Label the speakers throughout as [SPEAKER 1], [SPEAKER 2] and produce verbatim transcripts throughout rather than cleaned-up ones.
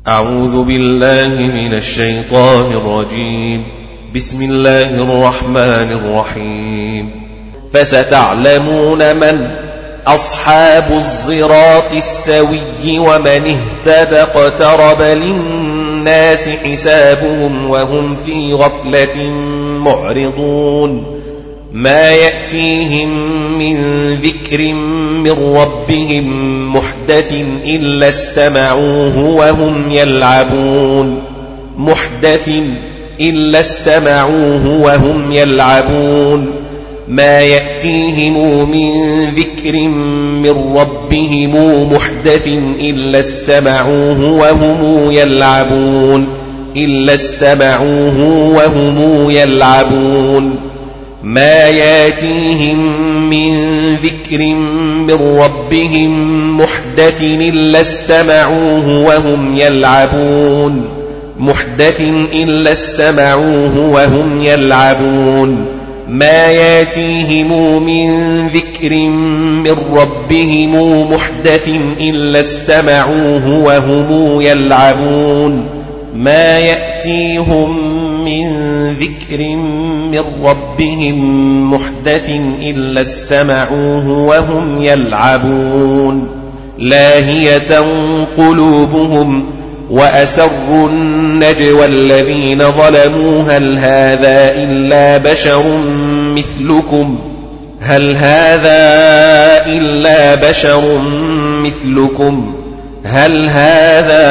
[SPEAKER 1] أعوذ بالله من الشيطان الرجيم. بسم الله الرحمن الرحيم. فستعلمون من أصحاب الصراط السوي ومن اهتدى. اقترب للناس حسابهم وهم في غفلة معرضون. ما يأتيهم من ذكر من ربهم محدث إلا استمعوه وهم يلعبون محدث إلا استمعوه وهم يلعبون. ما يأتيهم من ذكر من ربهم محدث إلا استمعوه وهم يلعبون إلا استمعوه وهم يلعبون. ما ياتيهم من ذكر من ربهم محدث إلا استمعوه وهم يلعبون محدث إلا استمعوه وهم يلعبون. ما ياتيهم من ذكر من ربهم محدث إلا استمعوه وهم يلعبون. ما يأتيهم من ذكر من ربهم محدث إلا استمعوه وهم يلعبون. لاهية قلوبهم وأسروا النجوى الذين ظلموا هل هذا إلا بشر مثلكم هل هذا إلا بشر مثلكم هل هذا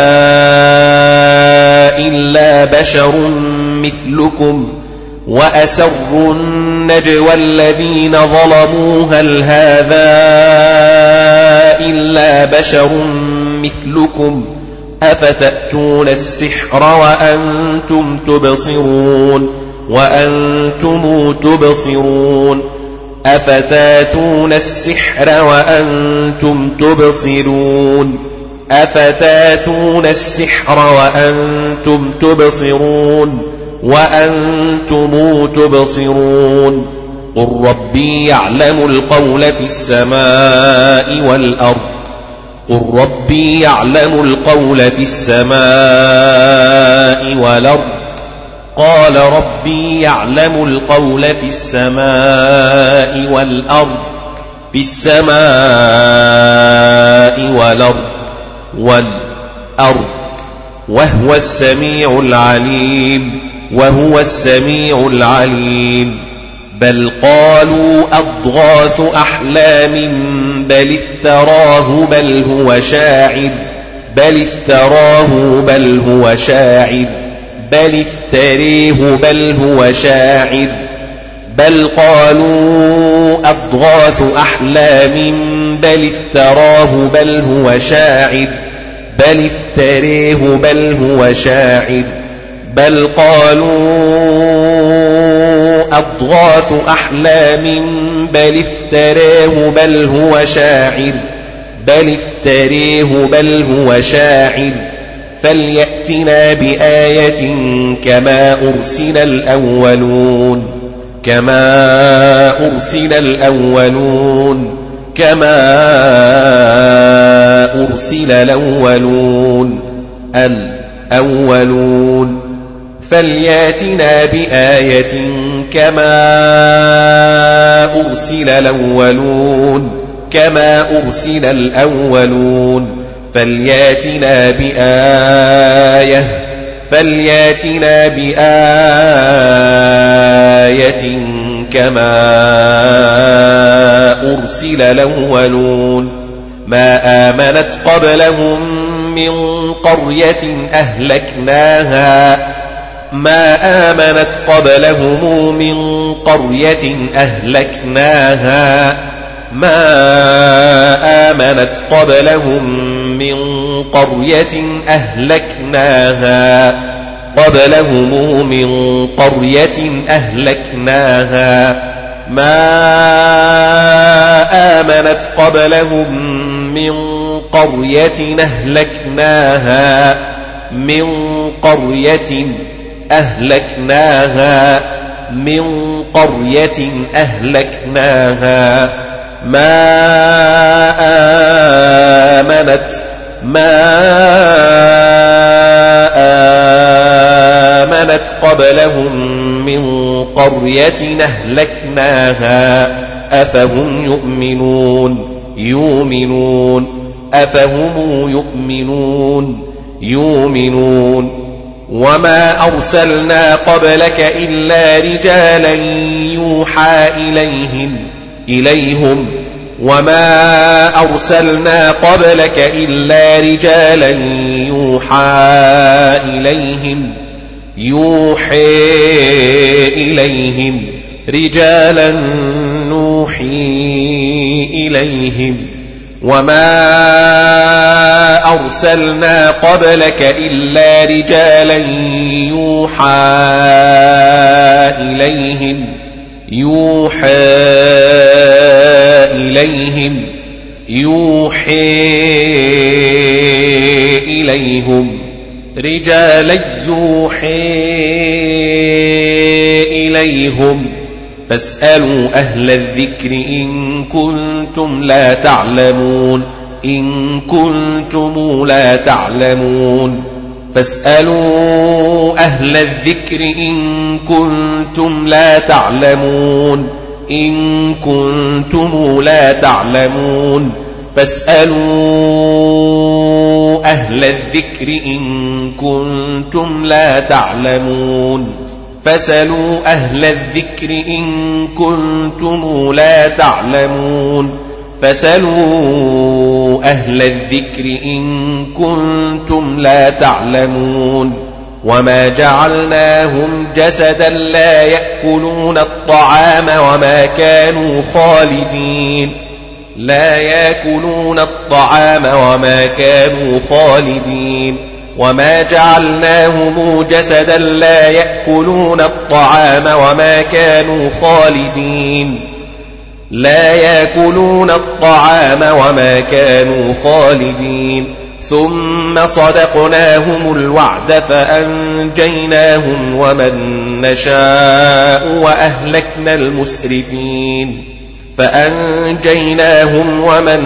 [SPEAKER 1] إلا بشر مثلكم وأسروا النجوى الذين ظلموا هل هذا إلا بشر مثلكم أفتأتون السحر وأنتم تبصرون وأنتم تبصرون أفتأتون السحر وأنتم تبصرون أفتأتون السحر وأنتم تبصرون وأنتم تبصرون. قل ربي يعلم القول في السماء والأرض قل ربي يعلم القول في السماء والأرض قال ربي يعلم القول في السماء والأرض في السماء والأرض والأرض وهو السميع العليم وهو السميع العليم. بل قالوا أضغاث أحلام بل افتراه بل هو شاعر بل افتراه بل هو شاعر بل افتريه بل هو شاعر بل قالوا أضغاث أحلام بل افتراه بل هو شاعر بل افتريه بل هو شاعر بل قالوا أضغاث أحلام بل افتراه بل هو شاعر بل افتريه بل هو شاعر فليأتنا بآية كما أرسل الأولون كما أرسل الأولون كما أرسل الأولون الأولون فلياتنا بآية كما أرسل الأولون كما أرسل الأولون فلياتنا بآية فلياتنا بآية كما أرسل الأولون. ما آمنت قبلهم من قرية أهلكناها ما آمنت قبلهم من قرية أهلكناها ما آمنت قبلهم من قرية أهلكناها قبلهم من قرية أهلكناها ما آمنت قبلهم من قرية أهلكناها من قرية أهلكناها من قرية أهلكناها ما آمنت ما قبلهم من قرية أهلكناها أفهم يؤمنون يؤمنون أفهم يؤمنون يؤمنون وما أرسلنا قبلك إلا رجالا يوحى إليهم إليهم وما أرسلنا قبلك إلا رجالا يوحى إليهم يوحي إليهم رجالا نوحي إليهم وما أرسلنا قبلك إلا رجالا يوحى إليهم يوحى إليهم يوحي إليهم رجالا يوحي إليهم فاسألوا أهل الذكر إن كنتم لا تعلمون إن كنتم لا تعلمون فاسألوا أهل الذكر إن كنتم لا تعلمون إن كنتم لا تعلمون فاسألوا أهل الذكر إن كنتم لا تعلمون فاسألوا أهل الذكر إن كنتم لا تعلمون فاسألوا أهل الذكر إن كنتم لا تعلمون وما جعلناهم جسدا لا يأكلون الطعام وما كانوا خالدين لا يأكلون الطعام وما كانوا خالدين وما جعلناهم جسدا لا يأكلون الطعام وما كانوا خالدين لا يأكلون الطعام وما كانوا خالدين ثم صدقناهم الوعد فأنجيناهم ومن نشاء وأهلكنا المسرفين فأنجيناهم ومن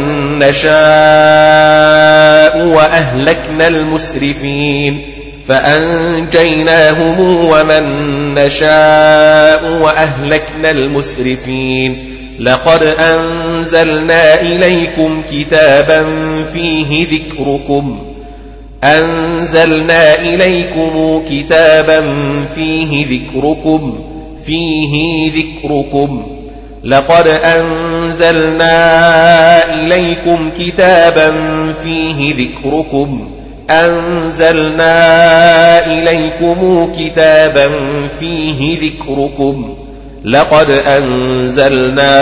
[SPEAKER 1] نشاء وأهلكنا المسرفين فأنجيناهم ومن نشاء وأهلكنا المسرفين لقد أنزلنا إليكم كتابا فيه ذكركم أنزلنا إليكم كتابا فيه ذكركم فيه ذكركم لقد أنزلنا إليكم كتابا فيه ذكركم أنزلنا إليكم كتابا فيه ذكركم لقد أنزلنا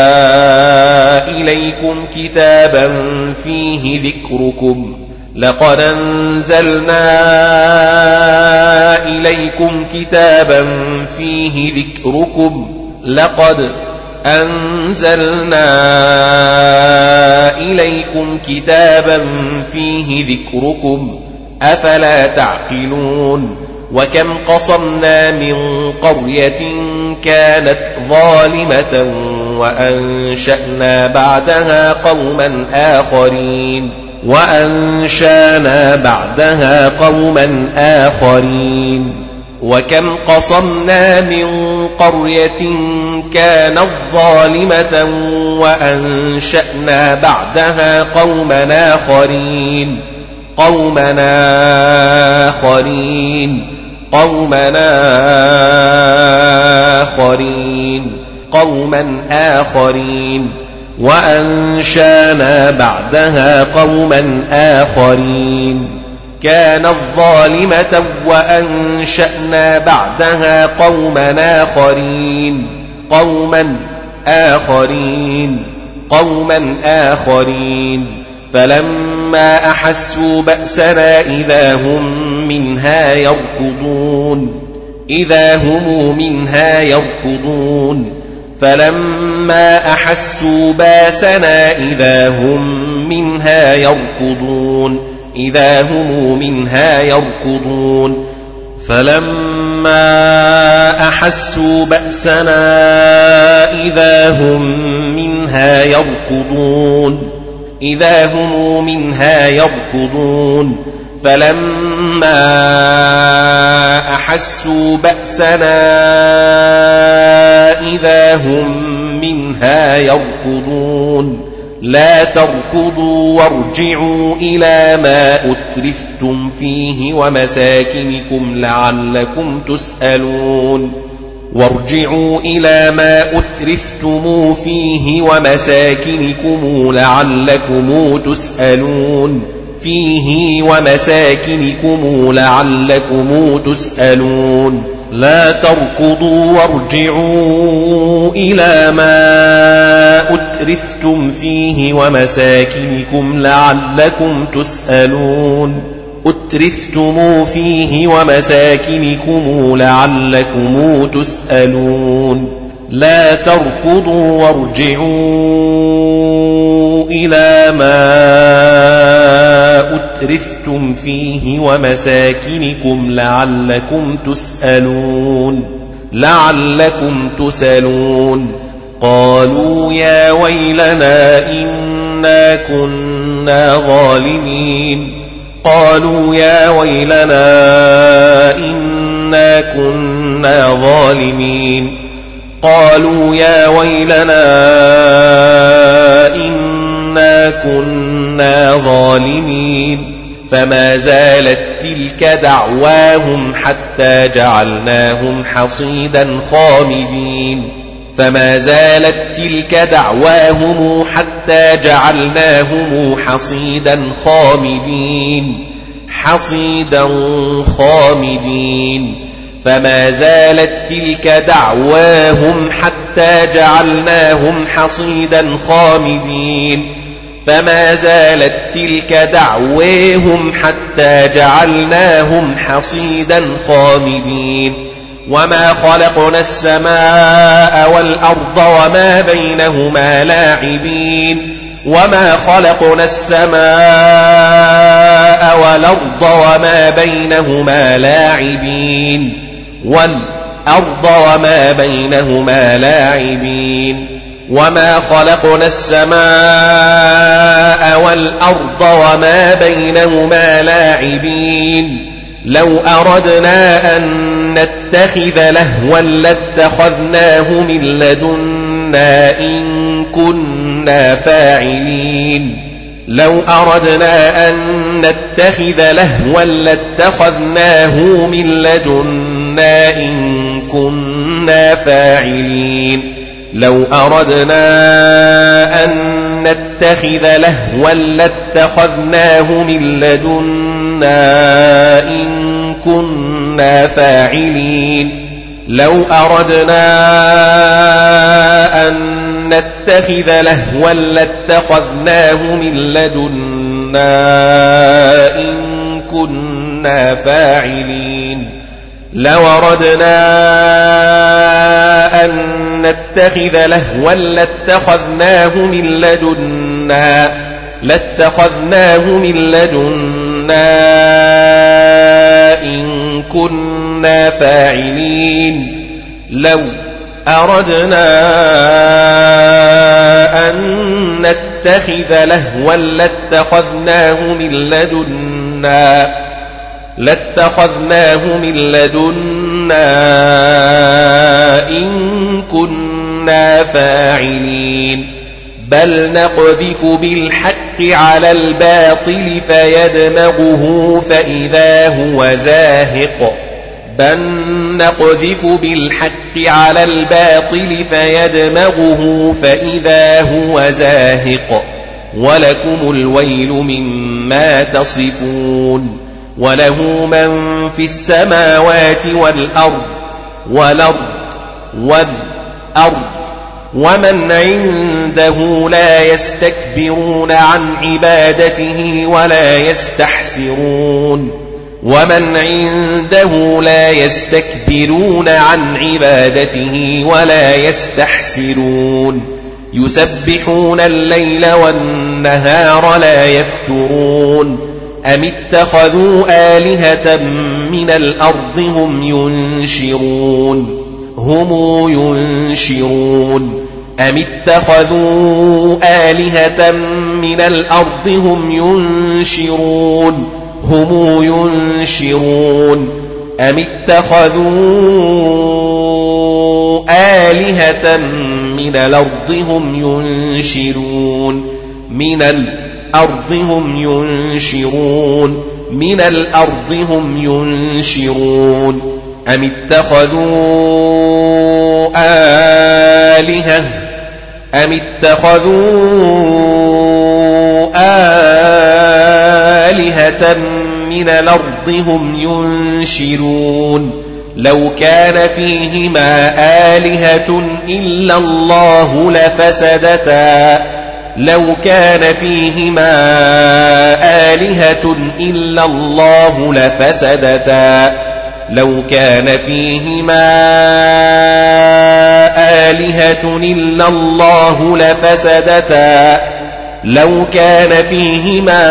[SPEAKER 1] إليكم كتابا فيه ذكركم لقد أنزلنا إليكم كتابا فيه ذكركم لقد أنزلنا إليكم كتابا فيه ذكركم أفلا تعقلون وكم قصمنا من قرية كانت ظالمة وأنشأنا بعدها قوما آخرين وأنشأنا بعدها قوما آخرين وكم قصمنا من قرية كانت ظالمة وأنشأنا بعدها قوما آخرين قوما آخرين قوما آخرين قوما آخرين وأنشأنا بعدها قوما آخرين كانت ظالمة وأنشأنا بعدها قوما آخرين قوما آخرين قوما آخرين فلما أحسوا بأسنا إذا هم منها يركضون إذا هم منها يركضون فلما أحسوا بأسنا إذا هم منها يركضون إذا هم منها يركضون فلما أحسوا بأسنا إذا هم منها يركضون إذا هم منها يركضون فلما أحسوا بأسنا إذا هم منها يركضون لا تركضوا وارجعوا إلى ما أترفتم فيه ومساكنكم لعلكم تسألون وارجعوا إلى ما أترفتم فيه ومساكنكم لعلكم تسألون فيه ومساكنكم لعلكم تسألون لا تركضوا وارجعوا إلى ما أترفتم فيه ومساكنكم لعلكم تسألون أترفتم فيه ومساكنكم لعلكم تسألون لا تركضوا وارجعوا إلى ما أترفتم فيه ومساكنكم لعلكم تسألون لعلكم تسألون قالوا يا ويلنا إنا كنا ظالمين قالوا يا ويلنا إنا كنا ظالمين قالوا يا ويلنا إنا كنا ظالمين فما زالت تلك دعواهم حتى جعلناهم حصيدا خامدين فما زالت تلك دعواهم حتى جعلناهم حصيدا خامدين حصيدا خامدين فما زالت تلك دعواهم حتى جعلناهم حصيدا خامدين فما زالت تلك دعواهم حتى جعلناهم حصيدا خامدين وما خلقنا السماء والأرض وما بينهما لاعبين وما خلقنا السماء والأرض وما بينهما لاعبين والأرض وما بينهما لاعبين وما خلقنا السماء والأرض وما بينهما لاعبين لو أردنا أن نتخذ لهوا لاتخذناه من لدنا إن كنا فاعلين لو أردنا أن نتخذ لهوا لاتخذناه من لدنا إن كنا فاعلين لو أردنا أن نتخذ لهوا لاتخذناه من لدنا إن كنا فاعلين لو أردنا أن نتخذ لهوا لاتخذناه من لدنا إن كنا فاعلين لو أردنا أن نتخذ لهوا لاتخذناه من لدنا لاتخذناه من لدنا إن كنا فاعلين لو أردنا أن نتخذ لهوا لاتخذناه من لدنا لاتخذناه من لدنا إن كنا فاعلين بل نقذف بالحق على الباطل فيدمغه فإذا هو زاهق بل نقذف بالحق على الباطل فيدمغه فإذا هو زاهق ولكم الويل مما تصفون وله من في السماوات والأرض والأرض والأرض ومن عنده لا يستكبرون عن عبادته ولا يستحسرون ومن عنده لا يستكبرون عن عبادته ولا يستحسرون يسبحون الليل والنهار لا يفترون أم اتخذوا آلهة من الأرض هم ينشرون هم ينشرون أم اتخذوا آلهة من الأرض هم ينشرون هم ينشرون أم اتخذوا آلهة من الأرض هم ينشرون من الأرض هم ينشرون من الأرض هم ينشرون أم اتخذوا آلهة أم اتخذوا آلهة من الأرض هم ينشرون لو كان فيهما آلهة إلا الله لفسدتا لو كان فيهما آلهة إلا الله لفسدتا لو كان فيهما آلهة إلا الله لفسدتا لو كان فيهما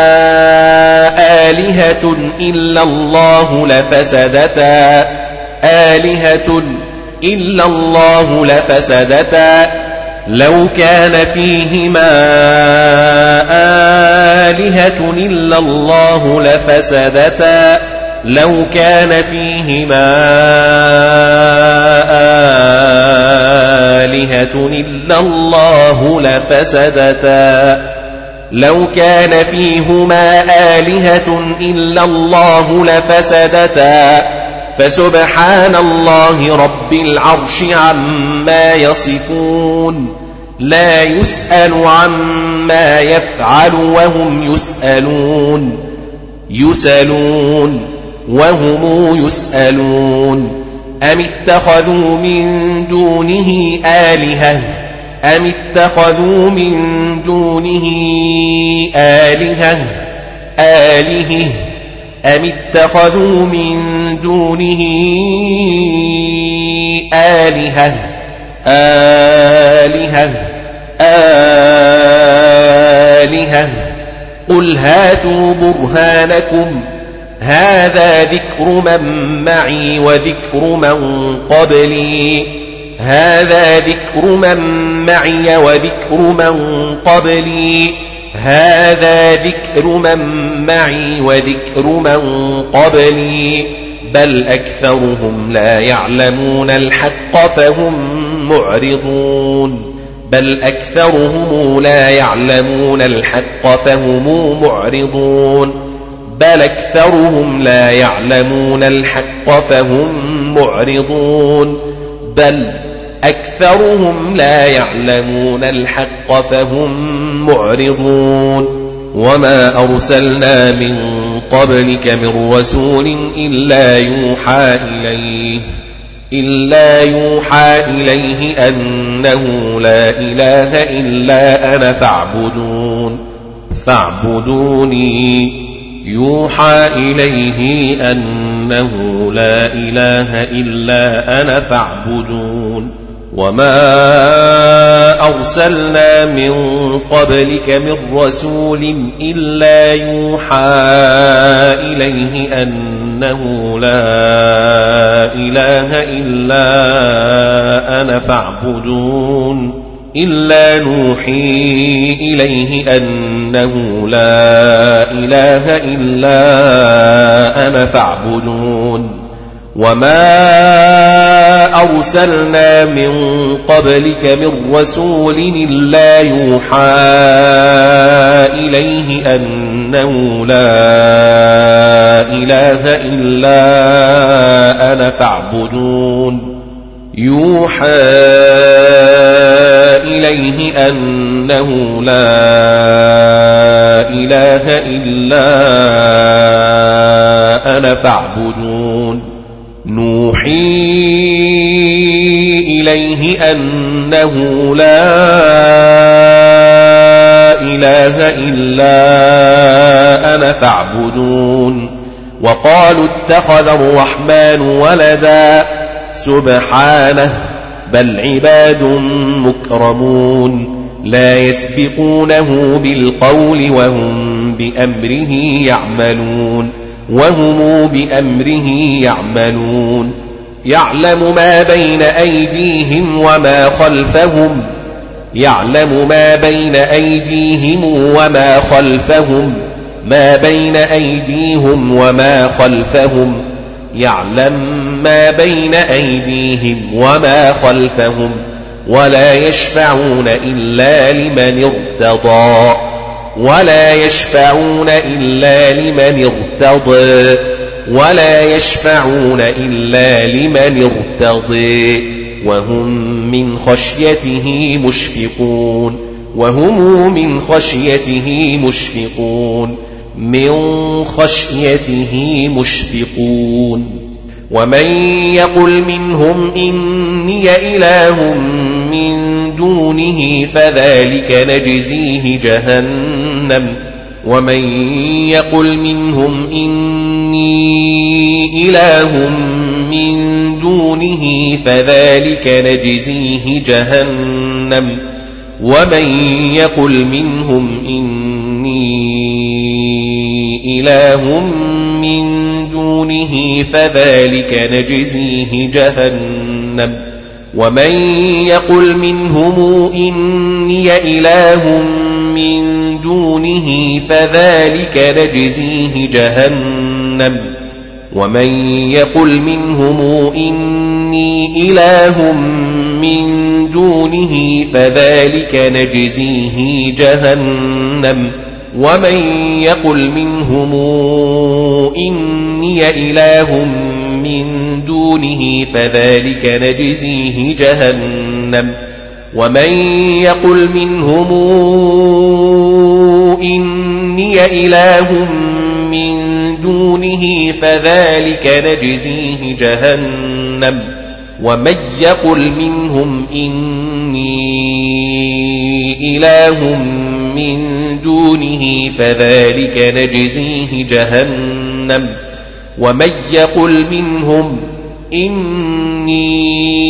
[SPEAKER 1] آلهة إلا الله لفسدتا آلهة إلا الله لفسدتا لو كان فيهما آلهة إلا الله لفسدتا لو كان فيهما آلهة إلا الله لفسدتا لو كان فيهما آلهة إلا الله لفسدتا فسبحان الله رب العرش عما يصفون لا يسأل عما يفعل وهم يسألون يسألون وهم يسألون أم اتخذوا من دونه آلهة أم اتخذوا من دونه آلهة آلهة أم اتخذوا من دونه آلهة آلهة آلهة قل هاتوا برهانكم هذا ذكر من معي وذكر من قبلي هذا ذكر من معي وذكر من قبلي هذا ذكر من معي وذكر من قبلي بل أكثرهم لا يعلمون الحق فهم معرضون بل أكثرهم لا يعلمون الحق فهم معرضون بل أكثرهم لا يعلمون الحق فهم معرضون بل أكثرهم لا يعلمون الحق فهم معرضون وما أرسلنا من قبلك من رسول إلا يوحى إليه إلا يوحى إليه أنه لا إله إلا أنا فاعبدون فاعبدوني يوحى إليه أنه لا إله إلا أنا فاعبدون وما أرسلنا من قبلك من رسول إلا يوحى إليه أنه لا إله إلا أنا فاعبدون إلا نوحي إليه أنه لا إله إلا أنا فاعبدون وما أرسلنا من قبلك من رسول إلا يوحى إليه أنه لا إله إلا أنا فاعبدون يوحى إليه أنه لا إله إلا أنا فاعبدون نوحي إليه أنه لا إله إلا أنا فاعبدون وقالوا اتخذ الرحمن ولدا سبحانه بل عباد مكرمون لا يسبقونه بالقول وهم بأمره يعملون وهم بأمره يعملون يعلم ما بين أيديهم وما خلفهم يعلم ما بين أيديهم وما خلفهم ما بين أيديهم وما خلفهم يعلم ما بين أيديهم وما خلفهم ولا يشفعون إلا لمن ارتضى ولا يشفعون إلا لمن ارتضى ولا يشفعون إلا لمن ارتضى وهم من خشيته مشفقون وهم من خشيته مشفقون من خشيته مشفقون ومن يقل منهم إني إله من دونه فذلك نجزيه جهنم ومن يقل منهم إني إله من دونه فذلك نجزيه جهنم ومن يقل منهم إني إله من دونه فذلك نجزيه جهنم ومن يقل منهم إني إله من دونه فذلك نجزيه جهنم ومن يقل منهم إني إله من دونه فذلك نجزيه جهنم ومن يقل منهم إني إله من دونه فذلك نجزيه جهنم ومن يقل منهم إني إله من دونه فذلك نجزيه جهنم ومن يقل منهم إني إله من دونه فذلك نجزيه جهنم ومن يقل منهم إني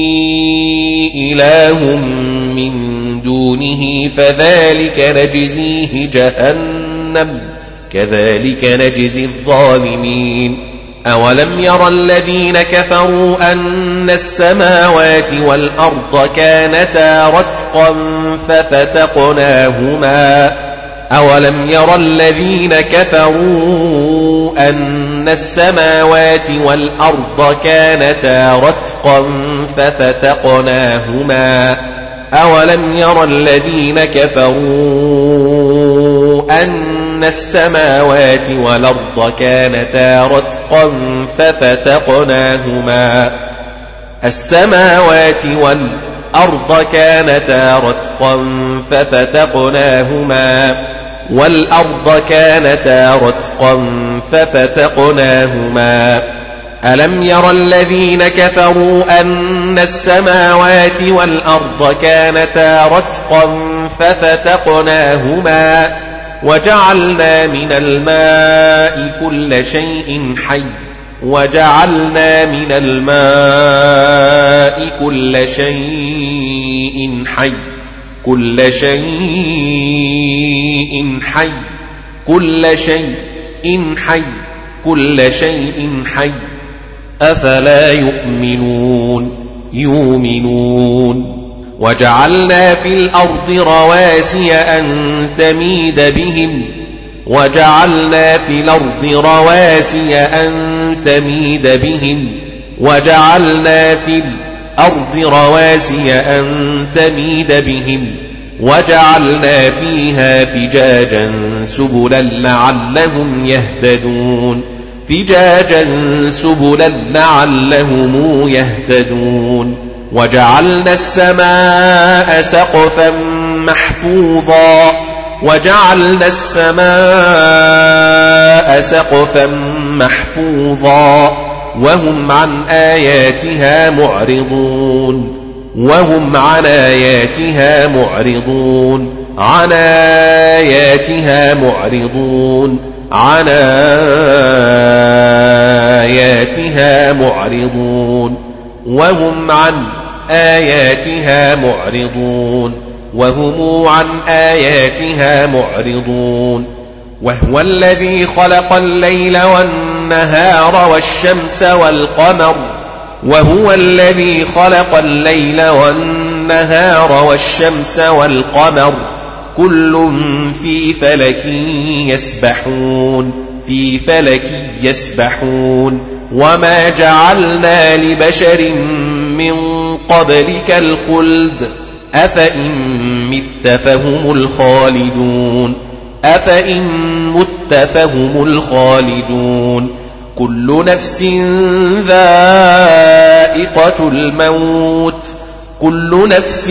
[SPEAKER 1] إله من دونه فذلك نجزيه جهنم كذلك نجزي الظالمين أولم ير الذين كفروا أن السماوات والأرض كانتا رتقا ففتقناهما أولم ير الذين كفروا أن السماوات والأرض كانتا رتقا ففتقناهما أولم ير الذين كفروا أن السماوات والأرض كانتا رتقا ففتقناهما السماوات والأرض كانتا رتقا ففتقناهما والأرض كانتا رتقا ففتقناهما ألم ير الذين كفروا أن السماوات والأرض كانتا رتقا ففتقناهما وجعلنا من الماء كل شيء حي وجعلنا من الماء كل شيء حي كل شيء حي كل شيء حي كل شيء حي أفلا يؤمنون يؤمنون وجعلنا في الأرض رواسي أن تميد بهم وجعلنا في الأرض رواسي أن تميد بهم وجعلنا في الأرض رواسي أن تميد بهم وجعلنا فيها فجاجا سبلا لعلهم يهتدون فجاجا سبلا لعلهم يهتدون وجعلنا السماء سقفا محفوظا وجعلنا السماء سقفا محفوظا وهم عن آياتها معرضون وهم عن آياتها معرضون عن آياتها معرضون عن آياتها معرضون وهم عن آياتها معرضون وهم عن آياتها معرضون وهو الذي خلق الليل والنهار والشمس والقمر وهو الذي خلق الليل والنهار والشمس والقمر كل في فلك يسبحون في فلك يسبحون وما جعلنا لبشر من قبلك الخلد أفإن مت فهم الخالدون أفإن مت فهم الخالدون كل نفس ذائقة الموت كل نفس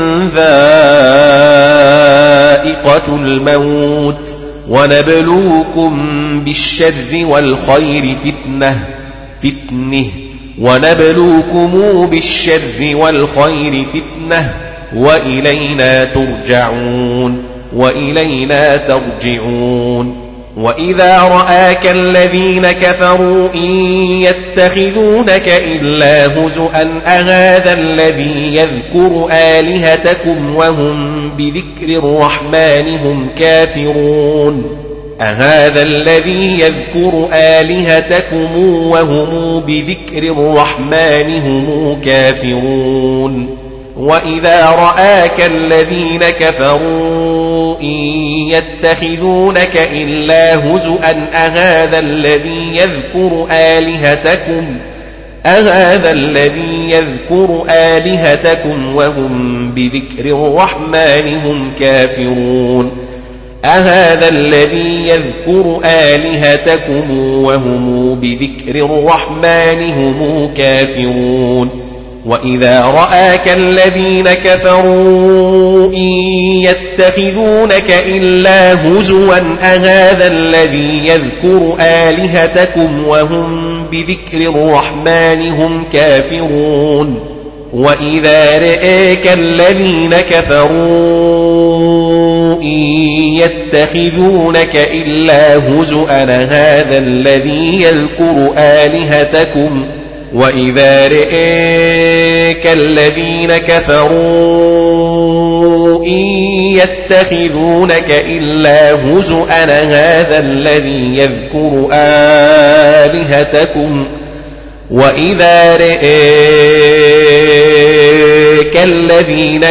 [SPEAKER 1] ذائقة الموت ونبلوكم بالشر والخير فتنة فتنه ونبلوكم بالشر والخير فتنة وإلينا ترجعون وإلينا ترجعون وإذا رآك الذين كفروا إن يتخذونك إلا هزؤا أهذا الذي يذكر آلهتكم وهم بذكر الرحمن هم كافرون أهذا الذي يذكر آلهتكم وهم بذكر الرحمن هم كافرون وإذا رآك الذين كفروا إن يتخذونك إلا هزؤا أهذا الذي يذكر آلهتكم أهذا الذي يذكر آلهتكم وهم بذكر الرحمن هم كافرون أهذا الذي يذكر آلهتكم وهم بذكر الرحمن هم كافرون وإذا رآك الذين كفروا إن يتخذونك إلا هزوا أهذا الذي يذكر آلهتكم وهم بذكر الرحمن هم كافرون وإذا رآك الذين كفروا إن يتخذونك إلا هزوا أهذا الذي يذكر آلهتكم وإذا رآك الذين كفروا إن يتخذونك إلا هزؤا هذا الذي يذكر آلهتكم وإذا رآك الذين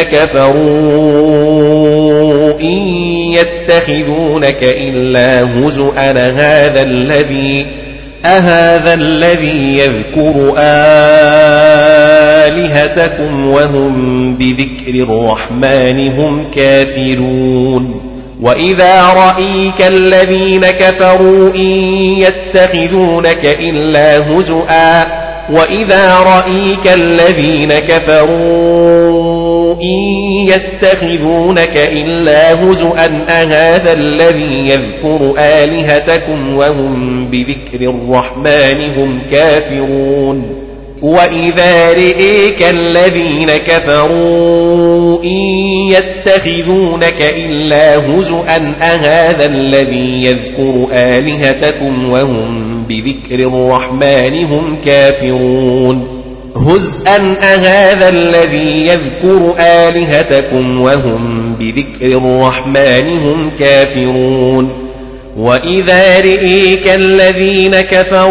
[SPEAKER 1] كفروا إن يتخذونك إلا هزؤا هذا الذي أهذا الذي يذكر آلهتكم وهم بذكر الرحمن هم كافرون وإذا رأيك الذين كفروا إن يتخذونك إلا هزؤا وإذا رأيك الذين كفروا إن يتخذونك إلا هزؤا أهذا الذي يذكر آلهتكم وهم بذكر الرحمن هم كافرون وإذا رئيك الذين كفروا إن يتخذونك إلا هزؤا أهذا الذي يذكر آلهتكم وهم بذكر الرحمن هم كافرون هزءا أهذا الذي يذكر آلهتكم وهم بذكر الرحمن هم كافرون وإذا رئيك الذين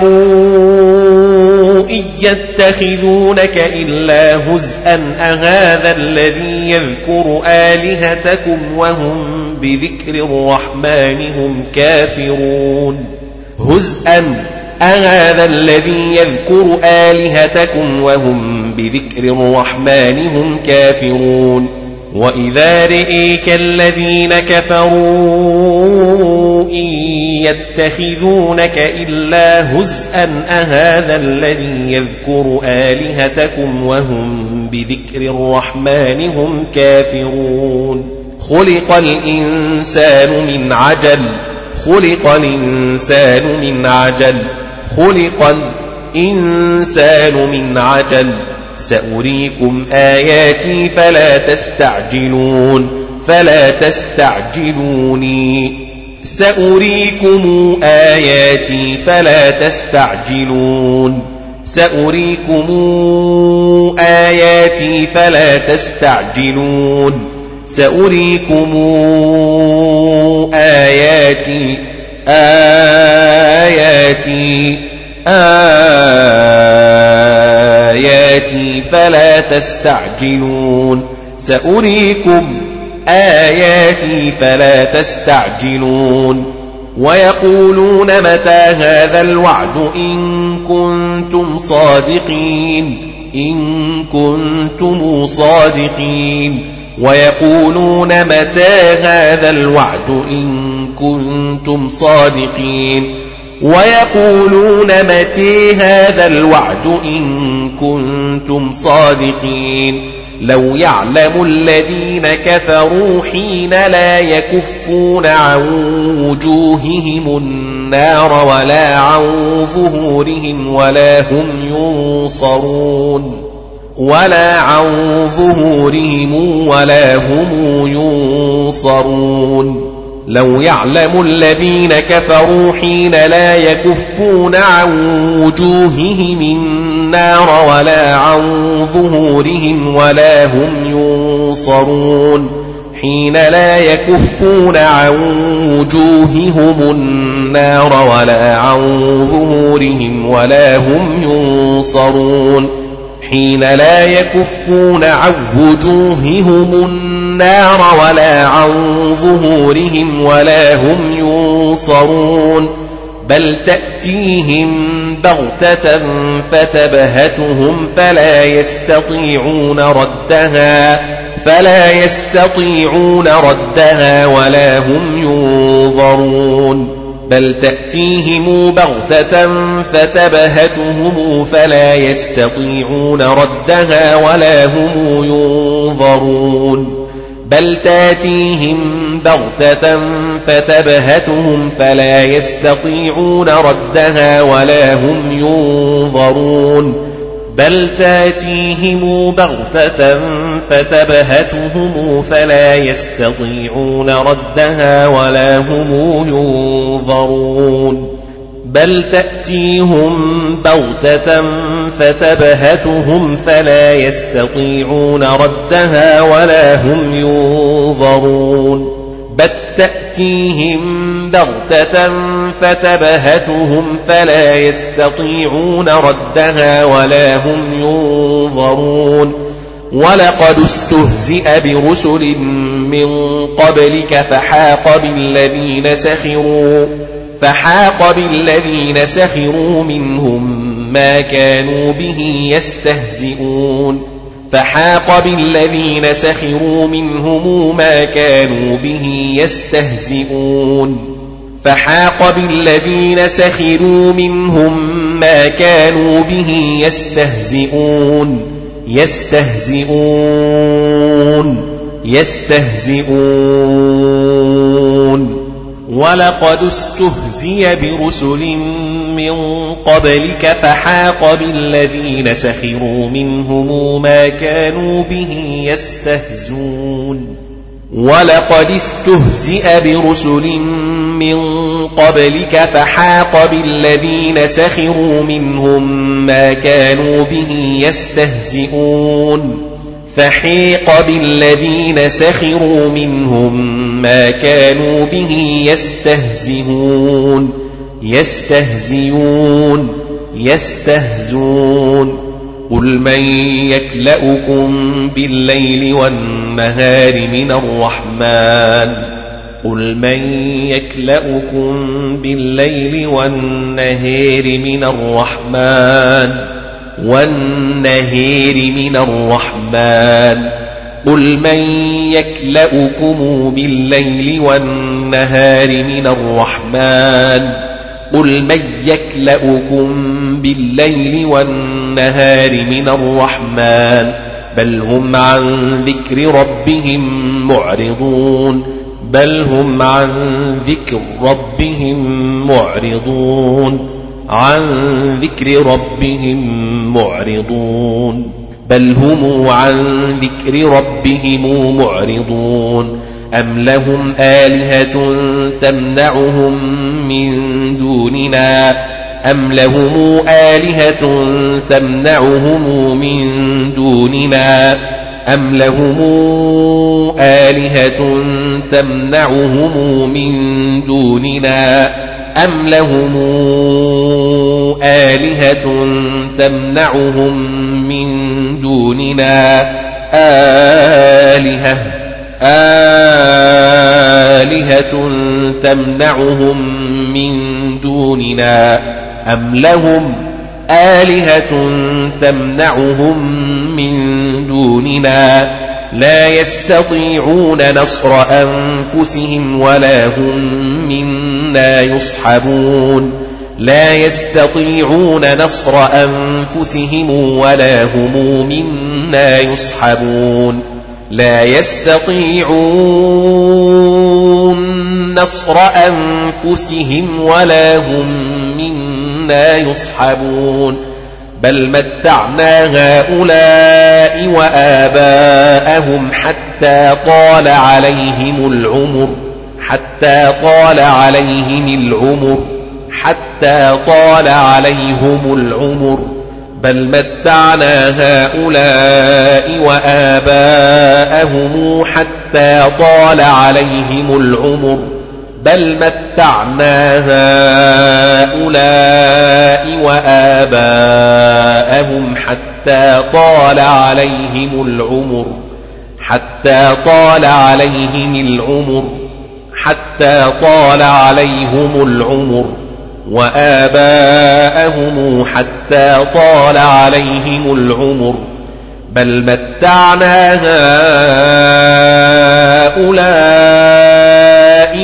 [SPEAKER 1] كفروا إن يتخذونك إلا هزءا أهذا الذي يذكر آلهتكم وهم بذكر الرحمن هم كافرون هزءا أهذا الذي يذكر آلهتكم وهم بذكر الرحمن هم كافرون وإذا رئيك الذين كفروا إن يتخذونك إلا هزءا أهذا الذي يذكر آلهتكم وهم بذكر الرحمن هم كافرون خلق الإنسان من عجل خلق الإنسان من عجل خلق الإنسان من عجل سأريكم آياتي فلا تستعجلون فلا تستعجلوني سأريكم آياتي فلا تستعجلون سأريكم آياتي فلا تستعجلون سأريكم آياتي آياتي آياتي فلا تستعجلون سأريكم آياتي فلا تستعجلون ويقولون متى هذا الوعد إن كنتم صادقين إن كنتم صادقين ويقولون متى هذا الوعد إن كنتم صادقين ويقولون متى هذا الوعد إن كنتم صادقين لو يعلم الذين كفروا حين لا يكفون عن وجوههم النار ولا عن ظهورهم ولا هم ينصرون ولا عن ظهورهم ولا هم ينصرون لو يعلم الذين كفروا حين لا يكفون عن وجوههم النار ولا عن ظهورهم ولا هم ينصرون حين لا يكفون عن وجوههم النار ولا عن ظهورهم ولا هم ينصرون حين لا يكفون عن وجوههم النار ولا عن ظهورهم ولا هم ينصرون بل تأتيهم بغتة فتبهتهم فلا يستطيعون ردها فلا يستطيعون ردها ولا هم ينظرون بل تأتيهم بغتة فتبهتهم فلا يستطيعون ردها ولا هم ينظرون بل تأتيهم بغتة فتبهتهم فلا يستطيعون ردها ولا هم ينظرون بل تأتيهم بغتة فتبهتهم فلا يستطيعون ردها ولا هم ينظرون بل تأتيهم بغتة فتبهتهم فلا يستطيعون ردها ولا هم ينظرون بل تأتيهم بغتة فتبهتهم فلا يستطيعون ردها ولا هم ينظرون ولقد استهزئ برسل من قبلك فحاق بالذين سخروا فحاق بالذين سخروا منهم ما كانوا به يستهزئون فحاق بالذين سخروا منهم ما كانوا به يستهزئون فحاق بالذين سخروا منهم ما كانوا به يستهزئون يستهزئون يستهزئون ولقد استهزئ برسل من قبلك فحاق بالذين سخروا منهم ما كانوا به يستهزئون ولقد استهزئ برسل من قبلك فحاق بالذين سخروا منهم ما كانوا به يستهزئون فحيق بالذين سخروا منهم ما كانوا به يستهزئون يستهزئون يستهزون قل من يكلؤكم بالليل والنهار من الرحمن قل من يكلؤكم بالليل والنهار من الرحمن والنهار من الرحمن قل من يكلؤكم بالليل والنهار من الرحمن قل من يكلؤكم بالليل والنهار من الرحمن بل هم عن ذكر ربهم معرضون بل هم عن ذكر ربهم معرضون عن ذكر ربهم معرضون بل هم عن ذكر ربهم معرضون أم لهم آلهة تمنعهم من دوننا أم لهم آلهة تمنعهم من دوننا أم لهم آلهة تمنعهم من دوننا أم لهم آلهة تمنعهم من دوننا آلهة آلهة تمنعهم من دوننا أم لهم آلهة تمنعهم من دوننا لا يستطيعون نصر أنفسهم ولا هم منا يصحبون لا يستطيعون نصر أنفسهم ولا هم منا يصحبون لا يستطيعون نصر أنفسهم ولا هم منا يصحبون بل متعنا هؤلاء وآباءهم حتى طال عليهم العمر حتى طال عليهم العمر حتى طال عليهم العمر بل متعنا هؤلاء وآباءهم حتى طال عليهم العمر بل متعنا هؤلاء وآباءهم حتى طال عليهم العمر حتى طال عليهم العمر حتى طال عليهم العمر وآباءهم حتى طال عليهم العمر بل متعنا هؤلاء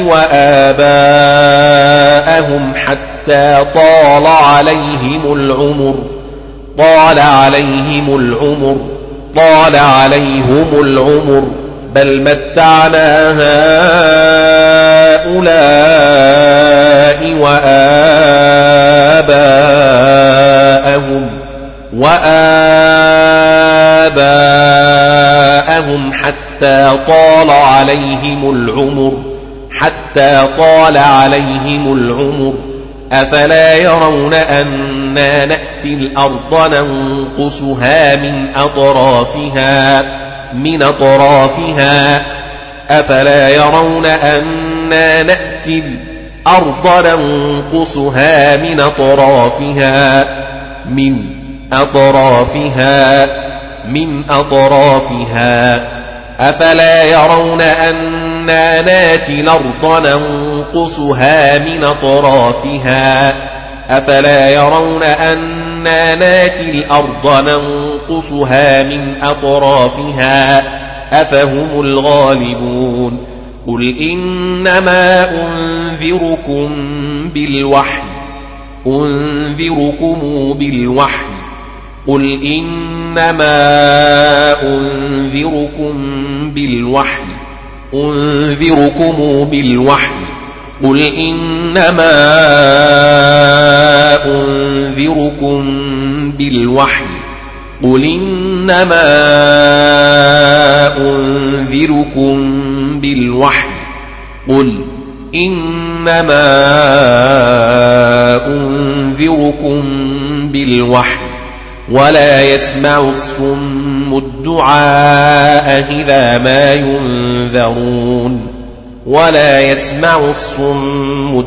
[SPEAKER 1] وآباءهم حتى طال عليهم العمر طال عليهم العمر طال عليهم العمر بل متعنا هؤلاء وآباءهم وآباءهم حتى طال عليهم العمر حتى طال عليهم العمر أفلا يرون أنا نأتي الأرض ننقصها من أطرافها من أطرافها أفلا يرون أنا نأتي الأرض ننقصها من أطرافها من أطرافها من أطرافها أفلا يرون أنا ناتي الأرض ننقصها من أطرافها أفلا يرون أنا ناتي الأرض ننقصها من أطرافها أفهم الغالبون قل إنما أنذركم بالوحي أنذركم بالوحي قل إنما أنذركم بالوحي أنذركم بالوحي قل إنما أنذركم بالوحي قل إنما أنذركم بالوحي قل إنما أنذركم بالوحي ولا يسمع الصم الدعاء إذا ما ينذرون ولا يسمع الصم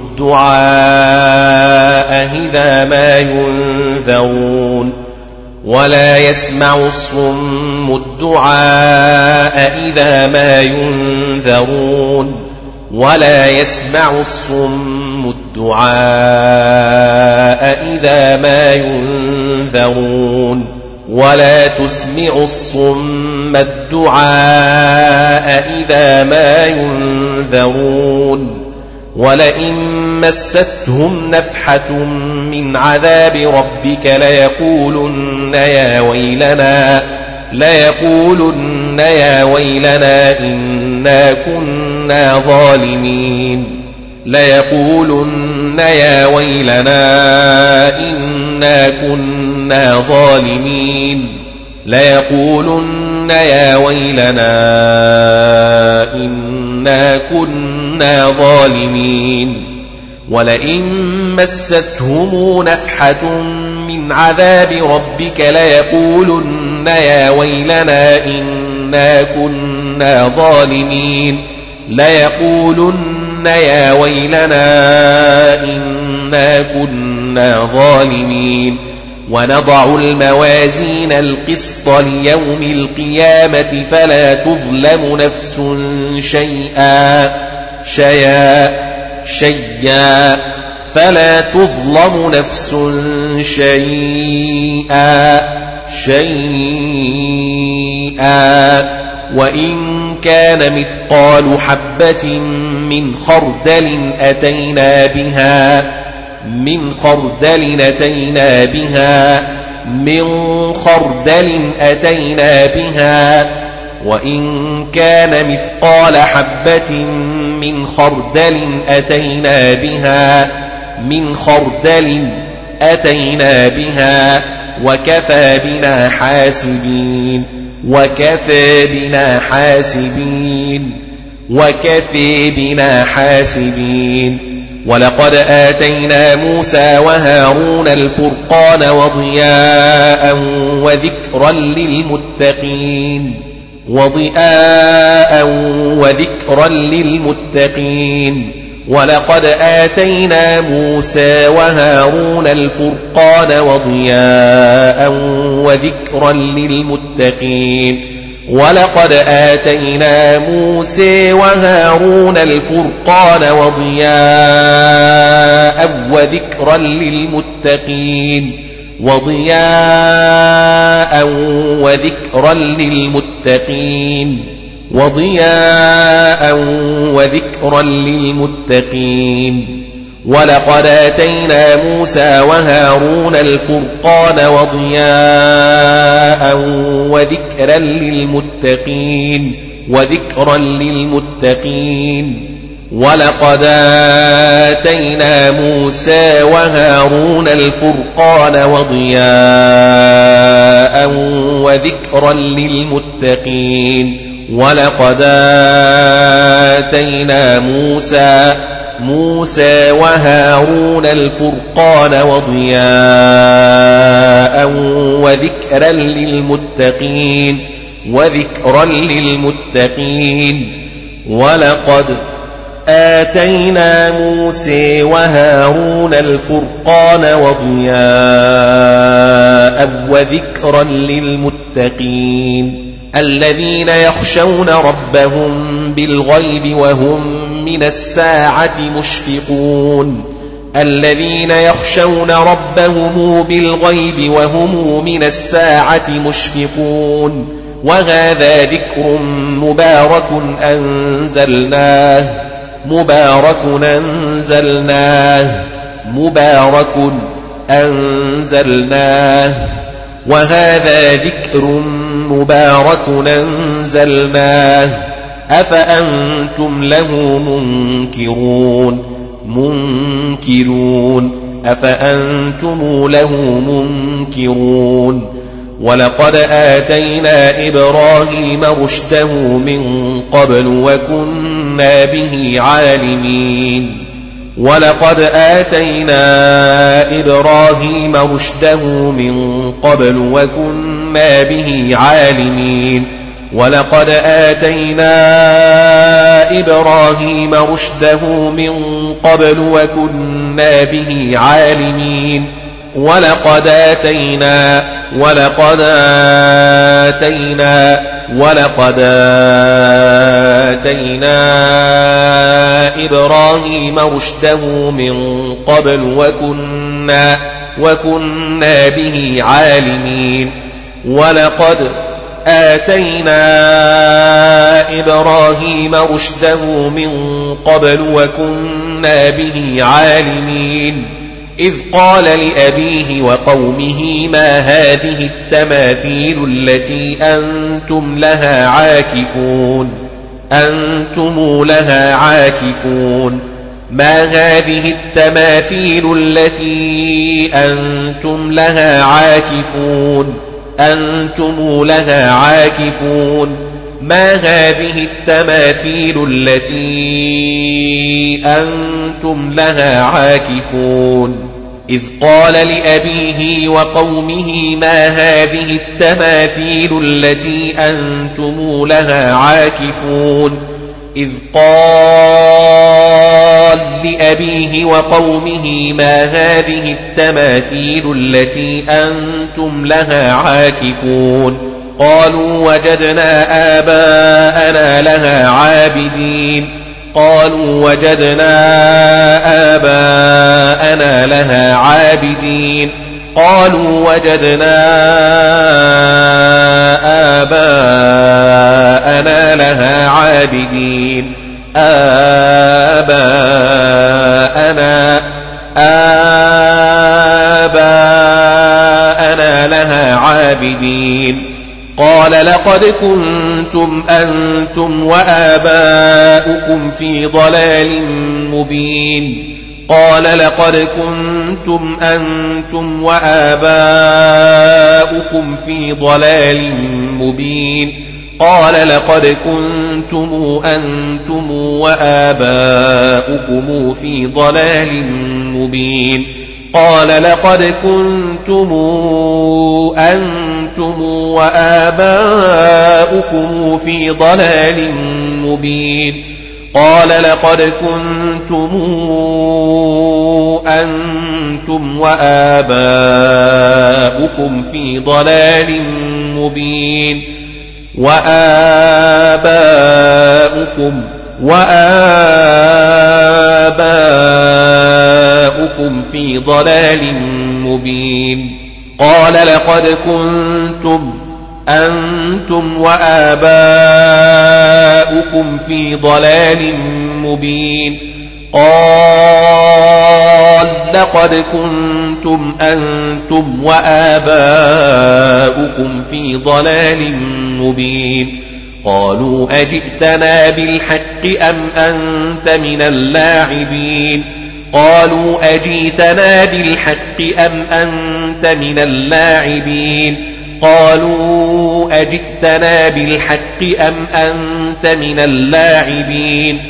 [SPEAKER 1] الدعاء إذا ما ينذرون ولا يسمع الصم الدعاء إذا ما ينذرون ولا يسمع الصم الدعاء إذا ما ينذرون ولا تسمع الصم الدعاء إذا ما ينذرون ولئن مستهم نفحة من عذاب ربك ليقولن يا ويلنا ليقولن يا ويلنا إنا كنا ظالمين ليقولن يا ويلنا إنا كنا ظالمين ليقولن يا ويلنا إنا كنا ظالمين ولئن مستهم نفحة من عذاب ربك ليقولن يا ويلنا إنا كنا ظالمين ليقولن يا ويلنا إنا كنا ظالمين ونضع الموازين القسط ليوم القيامة فلا تظلم نفس شيئا شيئا شيئا فلا تظلم نفس شيئا شيئا وإن كان مثقال حبة من خردل أتينا بها من خردل أتينا بها من خردل أتينا بها وإن كان مثقال حبة من خردل أتينا بها من خردل أتينا بها وكفى بنا حاسبين وكفى بنا حاسبين وكفى بنا حاسبين ولقد آتينا موسى وهارون الفرقان وضياء وذكرا للمتقين وضياء وذكرا للمتقين ولقد آتينا موسى وهارون الفرقان وضياء وذكرا للمتقين ولقد آتينا موسى وهارون الفرقان وضياء وذكرا للمتقين وضياء وذكرا للمتقين وضياء وذكرا للمتقين ولقد آتينا موسى وهارون الفرقان وضياء وذكرا للمتقين وذكرا للمتقين ولقد آتينا موسى وهارون الفرقان وضياء وذكرا للمتقين ولقد آتينا موسى موسى وهارون الفرقان وضياء وذكرا للمتقين وذكرا للمتقين ولقد آتينا موسى وهارون الفرقان وضياء وذكرا للمتقين الذين يخشون ربهم بالغيب وهم من الساعة مشفقون الذين يخشون ربهم بالغيب وهم من الساعة مشفقون وهذا ذكر مبارك أنزلناه مبارك أنزلناه مبارك أنزلناه وهذا ذكر مبارك أنزلناه أفأنتم له منكرون منكرون أفأنتم له منكرون ولقد آتينا إبراهيم رشده من قبل وكنا به عالمين ولقد آتينا إبراهيم رشده من قبل وكنا به عالمين ولقد آتينا إبراهيم رشده من قبل وكنا به عالمين ولقد آتينا ولقد آتينا ولقد آتينا إبراهيم رشده من قبل وكنا وكنا به عالمين ولقد آتينا إبراهيم رشده من قبل وكنا به عالمين إذ قال لأبيه وقومه ما هذه التماثيل التي أنتم لها عاكفون أنتم لها عاكفون ما هذه التماثيل التي أنتم لها عاكفون أنتم لها عاكفون ما هذه التماثيل التي أنتم لها عاكفون إذ قال لأبيه وقومه ما هذه التماثيل التي أنتم لها عاكفون إذ قال لأبيه وقومه ما هذه التماثيل التي أنتم لها عاكفون قالوا وجدنا آباءنا لها عابدين قالوا وجدنا آباءنا لها عابدين قالوا وجدنا آباءنا لها عابدين آباءنا آباءنا لها عابدين قال لقد كنتم أنتم وآباؤكم في ضلال مبين قال لقد كنتم أنتم وآباؤكم في ضلال مبين قال لقد كنتم أنتم وآباؤكم في ضلال مبين قال لقد كنتم أنتم وآباؤكم في ضلال مبين قال لقد كنتم أنتم وآباؤكم في ضلال مبين وآباؤكم وآباؤكم في ضلال مبين قال لقد كنتم أنتم وآباؤكم في ضلال مبين قال لقد كنتم أنتم وآباؤكم في ضلال مبين قالوا أجئتنا بالحق أم أنت من اللاعبين قالوا أجئتنا بالحق أم أنت من اللاعبين قالوا أجئتنا بالحق أم أنت من اللاعبين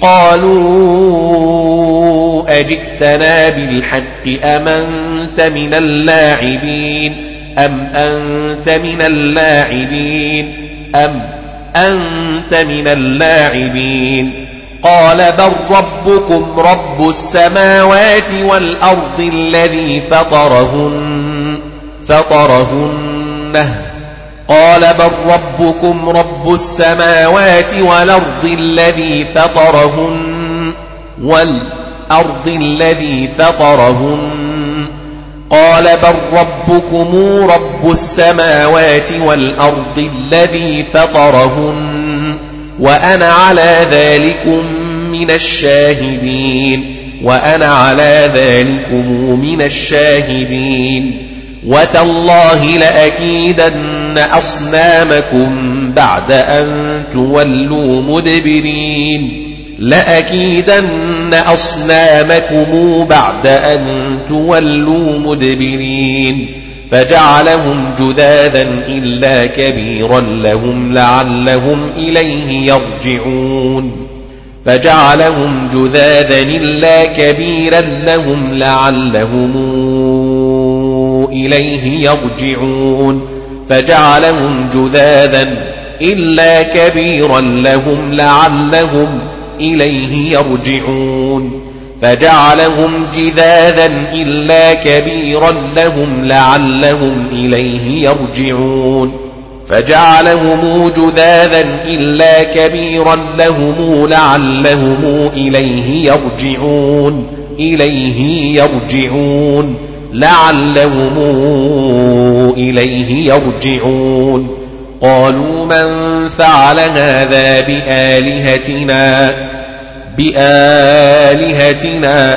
[SPEAKER 1] قالوا أجئتنا بالحق أم أنت من اللاعبين أم أنت من اللاعبين أم أنت من اللاعبين قال بل ربكم رب السماوات والأرض الذي فطرهن فطرهن قال بل ربكم رب السماوات والأرض الذي فطرهن والأرض الذي فطرهن قال بل ربكم رب السماوات والأرض الذي فطرهن وأنا على ذلكم من الشاهدين وأنا على ذلكم من الشاهدين وتالله لأكيدن أصنامكم بعد أن تولوا مدبرين لأكيدن أصنامكم بعد أن تولوا مدبرين فجعلهم جذاذا إلا كبيرا لهم لعلهم إليه يرجعون فجعلهم جذاذا إلا كبيرا لهم لعلهم إليه يرجعون فجعلهم جذاذا إلا كبيرا لهم لعلهم إليه يرجعون فجعلهم جذاذا إلا كبيرا لهم لعلهم إليه يرجعون فجعلهم جذاذا إلا كبيرا لهم لعلهم إليه يرجعون إليه يرجعون لعلهم إليه يرجعون قالوا من فعل هذا بآلهتنا بآلهتنا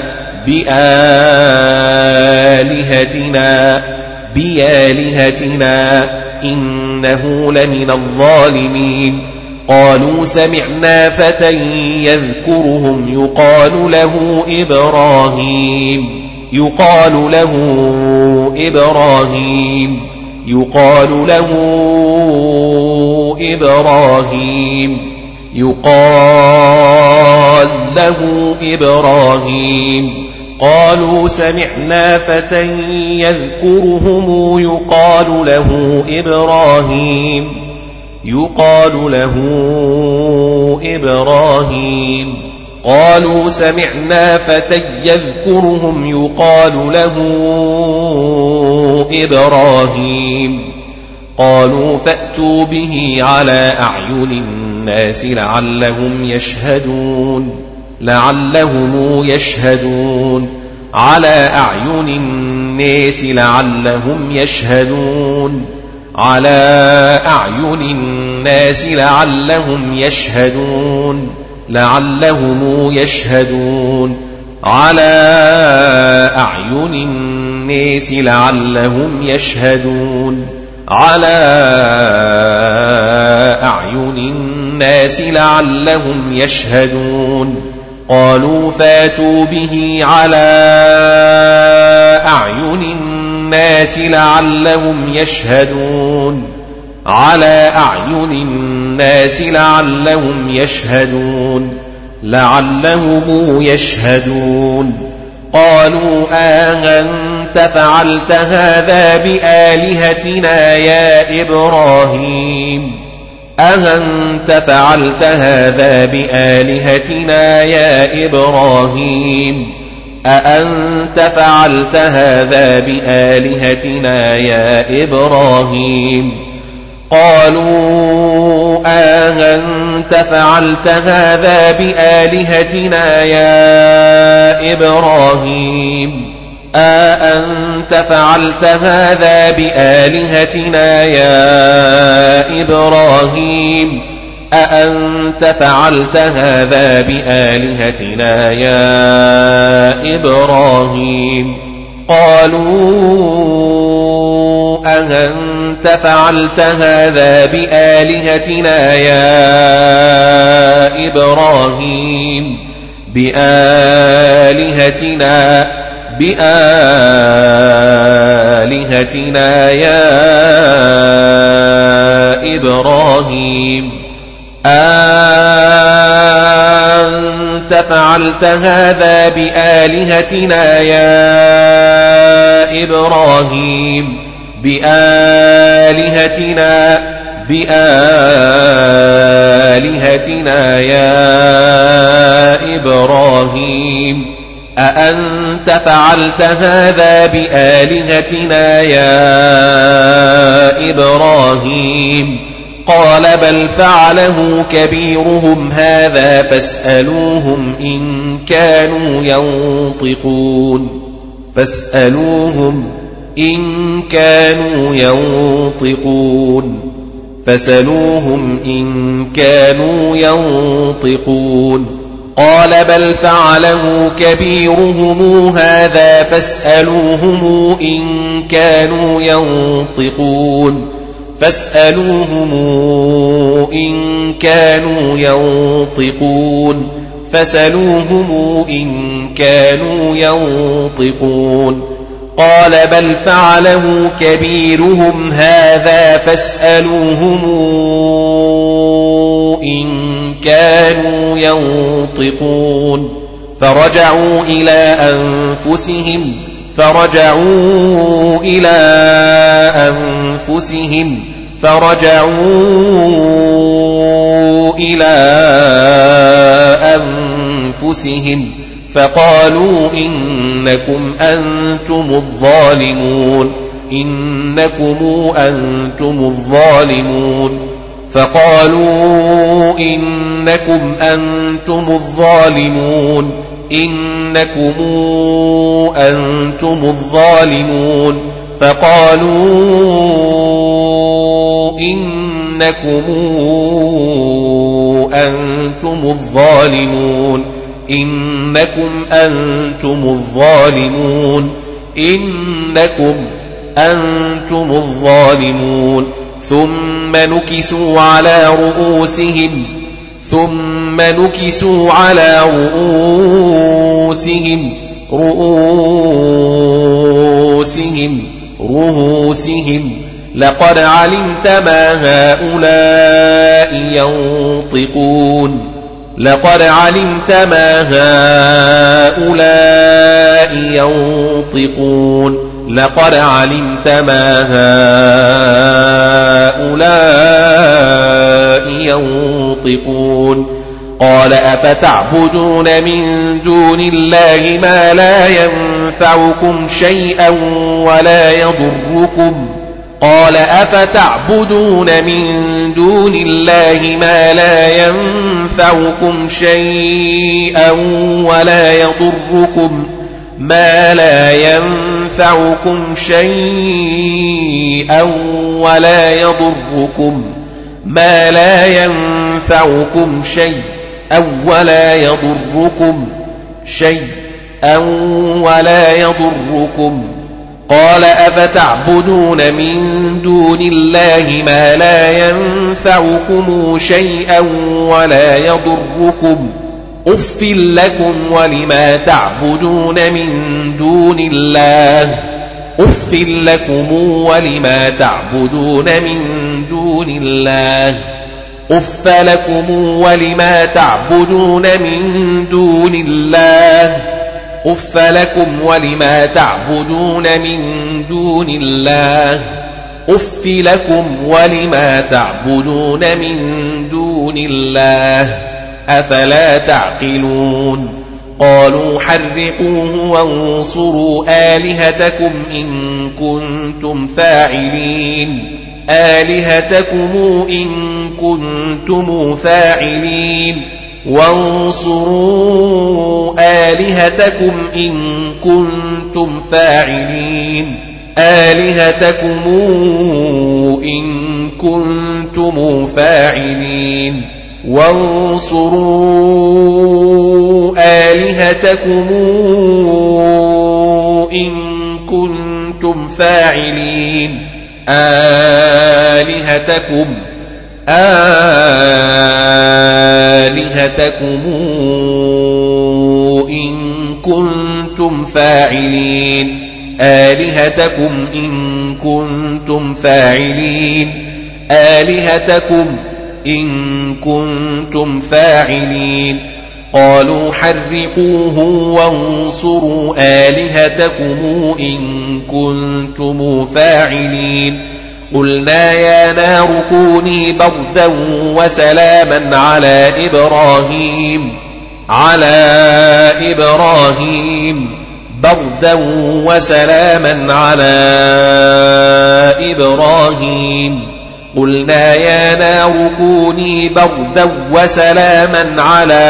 [SPEAKER 1] بآلهتنا بآلهتنا إنه لمن الظالمين قالوا سمعنا فتى يذكرهم يقال له إبراهيم يقال له إبراهيم يقال له إبراهيم يقال له إبراهيم قالوا سمعنا فتى يذكرهم يقال له إبراهيم يقال له إبراهيم قالوا سمعنا فتى يذكرهم يقال له إبراهيم قالوا فأتوا به على أعين الناس لعلهم يشهدون لعلهم يشهدون على أعين الناس لعلهم يشهدون على أعين الناس لعلهم يشهدون لعلهم يشهدون على أعين الناس لعلهم يشهدون على أعين الناس لعلهم يشهدون قالوا فاتوا به على أعين الناس لعلهم يشهدون على أعين الناس لعلهم يشهدون لعلهم يشهدون قالوا آنت فعلت هذا بآلهتنا يا إبراهيم أأنت فعلت هذا بآلهتنا يا إبراهيم أأنت فعلت هذا بآلهتنا يا إبراهيم قالوا أأنت فعلت هذا بآلهتنا يا إبراهيم أأنت فعلت هذا بآلهتنا يا إبراهيم أأنت فعلت هذا بآلهتنا يا إبراهيم قالوا أأنت فعلت هذا بآلهتنا يا إبراهيم بآلهتنا بآلهتنا يا إبراهيم أنت فعلت هذا بآلهتنا يا إبراهيم بآلهتنا بآلهتنا يا إبراهيم أأنت فعلت هذا بآلهتنا يا إبراهيم قال بل فعله كبيرهم هذا فاسألوهم إن كانوا ينطقون فاسألوهم إن كانوا ينطقون فسألوهم إن كانوا ينطقون قال بل فعله كبيرهم هذا فاسألوهم إن كانوا ينطقون فاسألوهم إن كانوا ينطقون فسألوهم إن كانوا ينطقون قال بل فعله كبيرهم هذا فاسألوهم إن كانوا ينطقون فرجعوا إلى أنفسهم فرجعوا إلى أنفسهم فرجعوا إلى أنفسهم فقالوا إنكم أنتم الظالمون إنكم أنتم الظالمون فقالوا إنكم أنتم الظالمون إنكم أنتم الظالمون فقالوا إنكم أنتم الظالمون إنكم أنتم الظالمون إنكم أنتم الظالمون ثم نكسوا على رؤوسهم ثم نكسوا على رؤوسهم رؤوسهم رؤوسهم لقد علمت ما هؤلاء ينطقون لقد علمت ما هؤلاء ينطقون لقد علمت ما هؤلاء ينطقون قال أفتعبدون من دون الله ما لا ينفعكم شيئا ولا يضركم قال أفتعبدون من دون الله ما لا ينفعكم شيئا ولا يضركم ما لا ينفعكم شيئا ولا يضركم ما لا ينفعكم شيئا ولا يضركم شيئا ولا يضركم قال أفتعبدون من دون الله ما لا ينفعكم شيئا ولا يضركم أف لكم ولما تعبدون من دون الله أف لكم ولما تعبدون من دون الله أف لكم ولما تعبدون من دون الله أف لكم ولما تعبدون من دون الله أف لكم ولما تعبدون من دون الله أفلا تعقلون قالوا حرقوه وانصروا آلهتكم إن كنتم فاعلين آلهتكم إن كنتم فاعلين وانصروا آلهتكم إن كنتم فاعلين آلهتكم إن كنتم فاعلين وانصروا آلهتكم إن كنتم فاعلين آلهتكم آلهتكم إن كنتم فاعلين آلهتكم إن كنتم فاعلين آلهتكم إن كنتم فاعلين قالوا حرقوه وانصروا آلهتكم إن كنتم فاعلين قلنا يا نار كوني بردا وسلاما على إبراهيم على إبراهيم بردا وسلاما على إبراهيم قلنا يا نار كوني بردا وسلاما على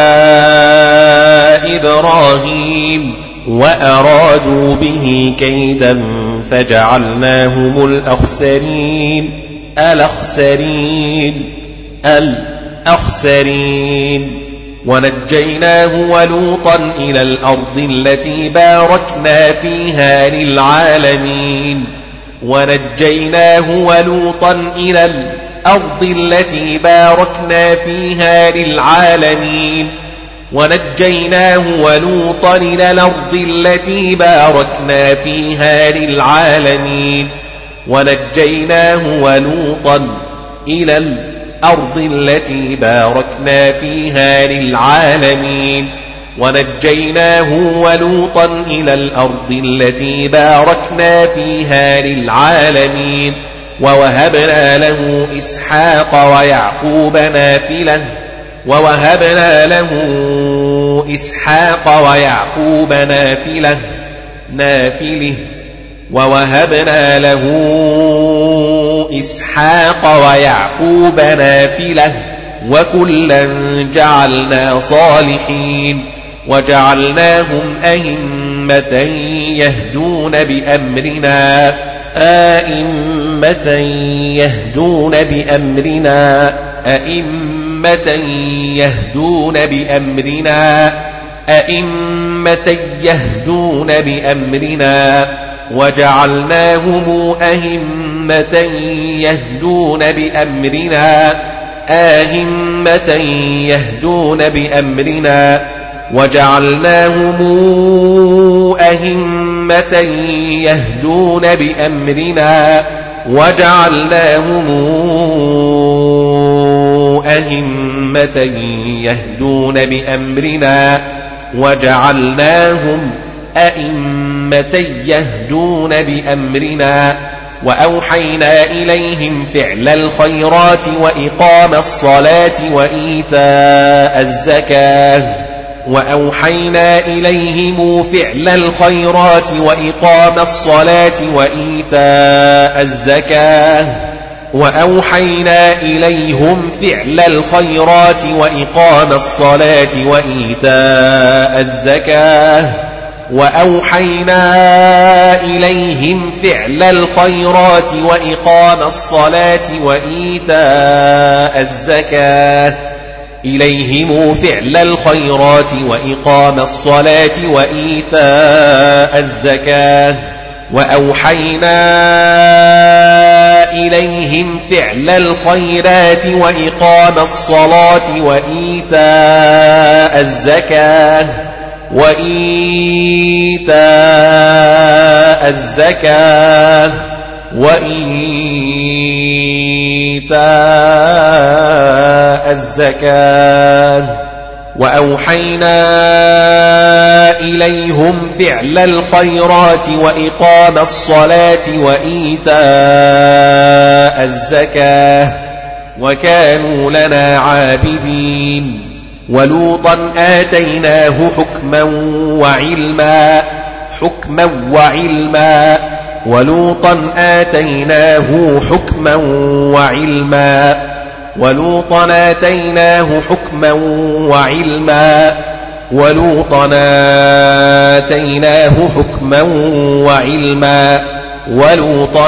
[SPEAKER 1] إبراهيم وأرادوا به كيدا فجعلناهم الأخسرين الأخسرين الأخسرين ونجيناه ولوطا إلى الأرض التي باركنا فيها للعالمين ونجيناه ولوطا إلى الأرض التي باركنا فيها للعالمين ونجيناه ولوطا إلى الأرض التي باركنا فيها للعالمين ونجيناه ولوطا إلى الأرض التي باركنا فيها للعالمين ونجيناه ولوطا إلى الأرض التي باركنا فيها للعالمين ووهبنا له إسحاق ويعقوب نافلة ووهبنا له إسحاق ويعقوب نافلة نافله ووهبنا له إسحاق ويعقوب نافلة وكلا جعلنا صالحين وجعلناهم أئمة يهدون بأمرنا أئمة يهدون بأمرنا أئمة يهدون بأمرنا أئمة يهدون بأمرنا وجعلناهم أئمة يهدون بأمرنا أئمة يهدون بأمرنا وجعلناهم أئمة يهدون بأمرنا وجعلناهم أئمة يهدون بأمرنا وجعلناهم أئمة يهدون بأمرنا وأوحينا إليهم فعل الخيرات وإقام الصلاة وإيتاء الزكاة وأوحينا إليهم فعل الخيرات وإقام الصلاة وإيتاء الزكاة وأوحينا إليهم فعل الخيرات وإقام الصلاة وإيتاء الزكاة وأوحينا إليهم فعل الخيرات وإقام الصلاة وإيتاء الزكاة إليهم فعل الخيرات وإقام الصلاة وإيتاء الزكاة وأوحينا إليهم فعل الخيرات وإقام الصلاة وإيتاء الزكاة وإيتاء الزكاة وإيتاء الزكاة وأوحينا إليهم فعل الخيرات وإقام الصلاة وإيتاء الزكاة وكانوا لنا عابدين ولوطا آتيناه حكما وعلما حكما وعلما ولوطا آتيناه حكما وعلما ولوطا آتيناه حكما وعلما ولوطا آتيناه حكما وعلما ولوطا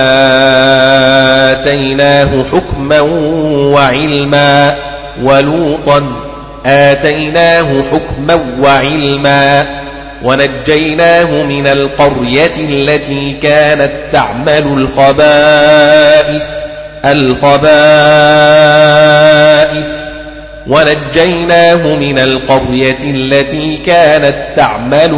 [SPEAKER 1] آتيناه حكما وعلما ولوطا آتيناه حكما وعلما ونجيناه من القرية التي كانت تعمل الخبائث الخبائث ونجيناه من القرية التي كانت تعمل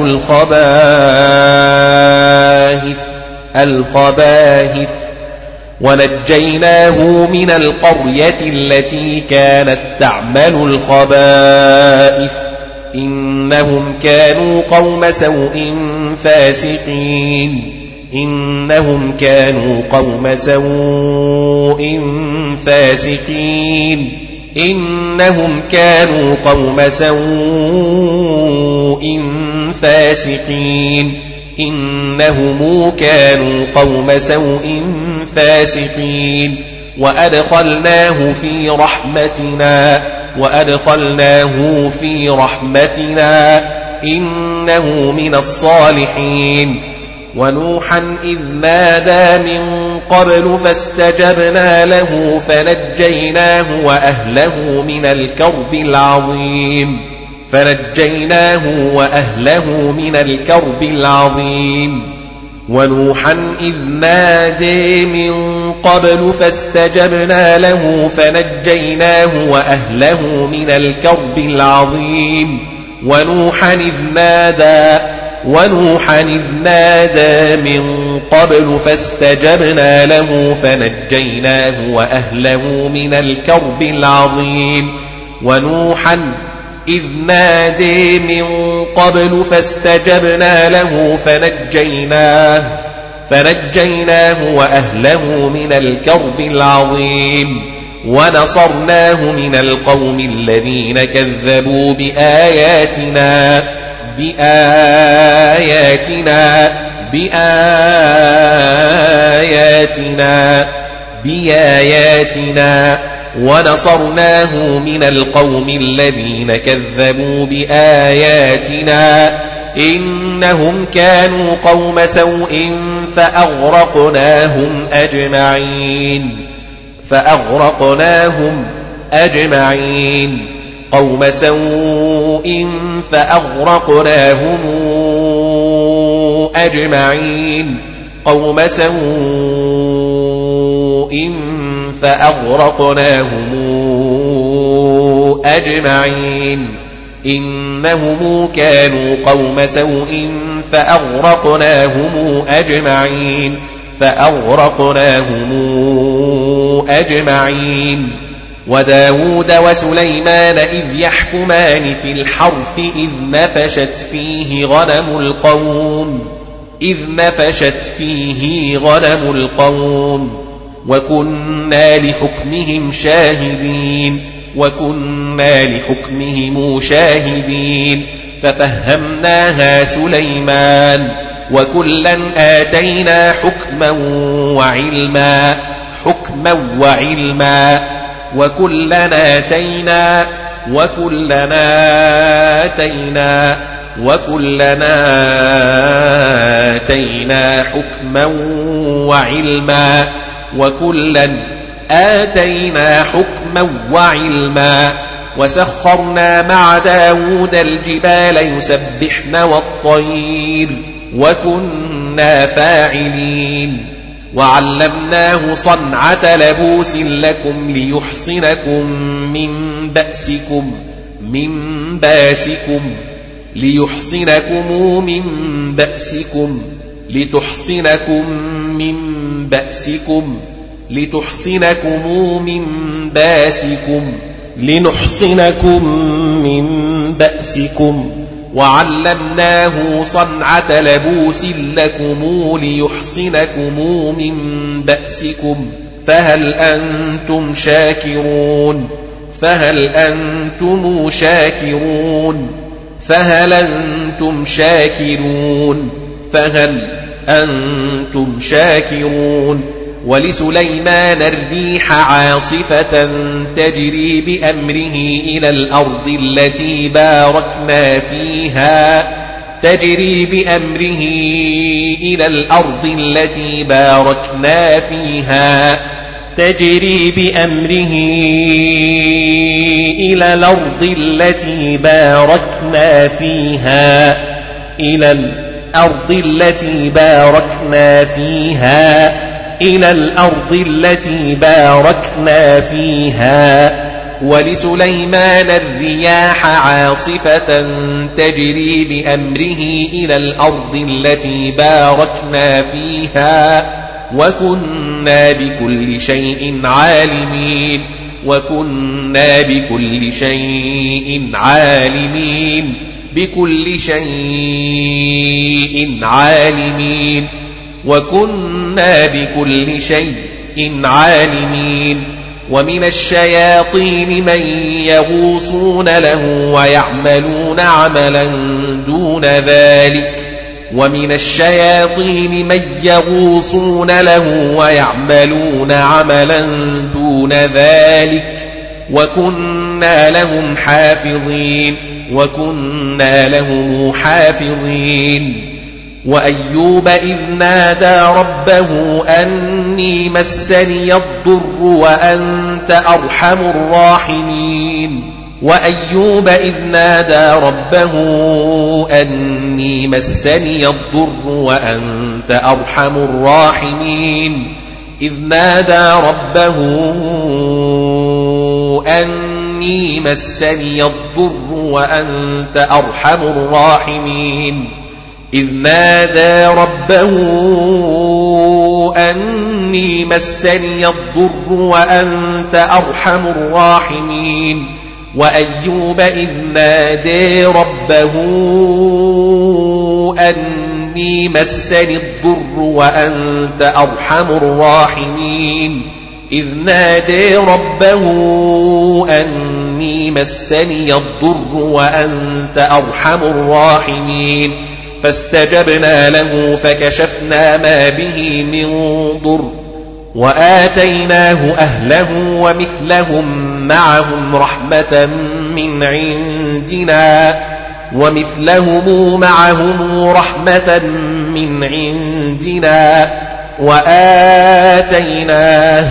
[SPEAKER 1] الخبائث الخبائث ونجيناه من القرية التي كانت تعمل الخبائث إنهم كانوا قوم سوء فاسقين إنهم كانوا قوم سوء فاسقين إنهم كانوا قوم سوء فاسقين إنهم كانوا قوم سوء فاسقين وأدخلناه في رحمتنا وأدخلناه في رحمتنا إنه من الصالحين ونوحا إذ نادى من قبل فاستجبنا له فنجيناه وأهله من الكرب العظيم فنجيناه وأهله من الكرب العظيم ونوحا إذ نادى من قبل فاستجبنا له فنجيناه وأهله من الكرب العظيم ونوحا إذ نادى ونوحا إذ نادى من قبل فاستجبنا له فنجيناه وأهله من الكرب العظيم ونوحا إذ نادى من قبل فاستجبنا له فنجيناه فنجيناه وأهله من الكرب العظيم ونصرناه من القوم الذين كذبوا بآياتنا بآياتنا بآياتنا بآياتنا ونصرناه من القوم الذين كذبوا بآياتنا إنهم كانوا قوم سوء فأغرقناهم أجمعين فأغرقناهم أجمعين قوم سوء فأغرقناهم أجمعين قوم سوء فأغرقناهم أجمعين إنهم كانوا قوم سوء فأغرقناهم أجمعين فأغرقناهم أجمعين وداود وسليمان إذ يحكمان في الحرث إذ نفشت فيه غنم القوم إذ نفشت فيه غنم القوم وكنا لحكمهم شاهدين وكنا لحكمهم شاهدين ففهمناها سليمان وكلا آتينا حكما وعلما حكما وعلما وكلا آتينا وكلا آتينا وكلا آتينا حكما وعلما وكلا آتينا حكما وعلما وسخرنا مع داود الجبال يسبحن والطير وكنا فاعلين وعلمناه صنعة لبوس لكم ليحصنكم من بأسكم من باسكم ليحصنكم من بأسكم لتحصنكم من بأسكم لتحصنكم من باسكم لنحصنكم من بأسكم وعلمناه صنعة لبوس لكم ليحصنكم من بأسكم فهل أنتم شاكرون فهل أنتم شاكرون فهل أنتم شاكرون فهل أنتم شاكرون ولسليمان الريح عاصفة تجري بأمره إلى الأرض التي باركنا فيها تجري بأمره إلى الأرض التي باركنا فيها تجري بأمره إلى الأرض التي باركنا فيها إلى الأرض التي باركنا فيها إلى الأرض التي باركنا فيها ولسليمان الرياح عاصفة تجري بأمره إلى الأرض التي باركنا فيها وكنا بكل شيء عالمين وكنا بكل شيء عالمين بكل شيء عالمين وكنا بكل شيء عالمين ومن الشياطين من يغوصون له ويعملون عملا دون ذلك ومن الشياطين من يغوصون له ويعملون عملا دون ذلك وكنا لهم حافظين وكنا لهم حافظين وأيوب إذ نادى ربه أني مسني الضر وأنت أرحم الراحمين وأيوب إذ نادى ربه أني مسني الضر وأنت أرحم الراحمين إذ نادى ربه أني مسني الضر وأنت أرحم الراحمين إذ نادى ربه أني مسني الضر وأنت أرحم الراحمين وأيوب إذ نادى ربه أني مسني الضر وأنت أرحم الراحمين إذ نادى ربه أني مسني الضر وأنت أرحم الراحمين فاستجبنا له فكشفنا ما به من ضر وآتيناه أهله ومثلهم معهم رحمة من عندنا ومثلهم معهم رحمة من عندنا وآتيناه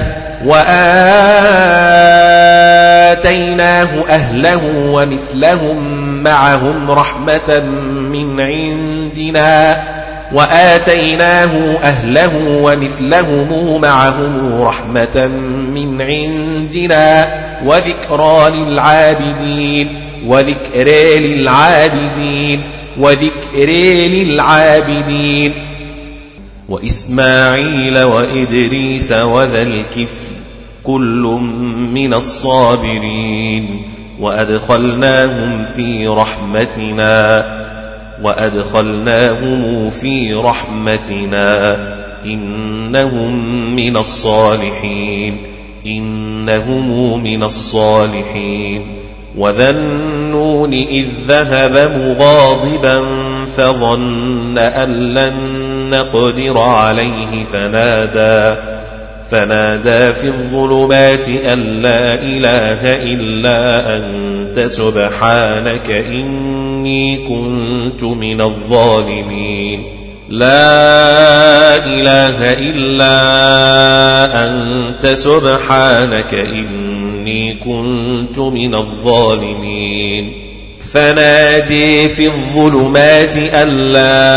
[SPEAKER 1] وآتيناه أهله ومثلهم معهم رحمة من عندنا وآتيناه أهله ومثلهم معهم رحمة من عندنا وذكرى للعابدين وذكرى للعابدين وذكرى للعابدين وإسماعيل وإدريس وذا الكفل كل من الصابرين وأدخلناهم في رحمتنا وأدخلناهم في رحمتنا إنهم من الصالحين إنهم من الصالحين وذا النون إذ ذهب مغاضبا فظن أن لن نقدر عليه فنادى فنادى في الظلمات أن لا إله إلا أنت سبحانك إني كنت من الظالمين لا إله إلا أنت سبحانك إني كنت من الظالمين فنادي في الظلمات أن لا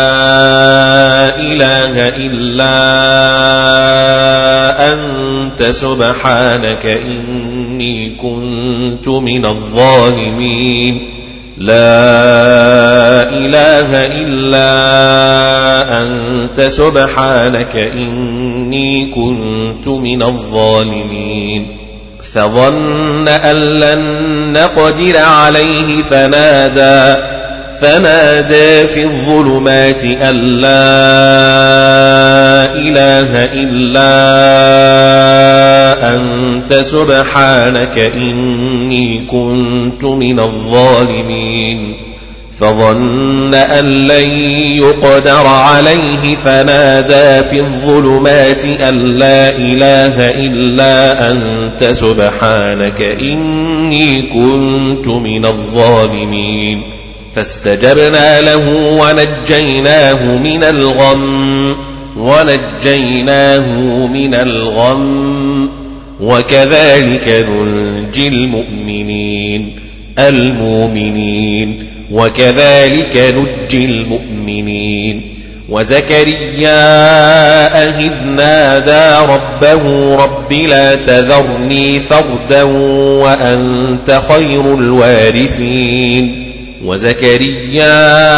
[SPEAKER 1] إله إلا أنت سبحانك إني كنت من الظالمين لا إله إلا أنت سبحانك إني كنت من الظالمين فظن أن لن نقدر عليه فنادى فنادى في الظلمات أن لا إله إلا أنت سبحانك إني كنت من الظالمين فظن أن لن يقدر عليه فنادى في الظلمات أن لا إله إلا أنت سبحانك إني كنت من الظالمين فاستجبنا له ونجيناه من الغم ونجيناه من الغم وكذلك ننجي المؤمنين المؤمنين وكذلك ننجي المؤمنين وزكريا إذ نادى ربه رب لا تذرني فردا وأنت خير الوارثين وزكريا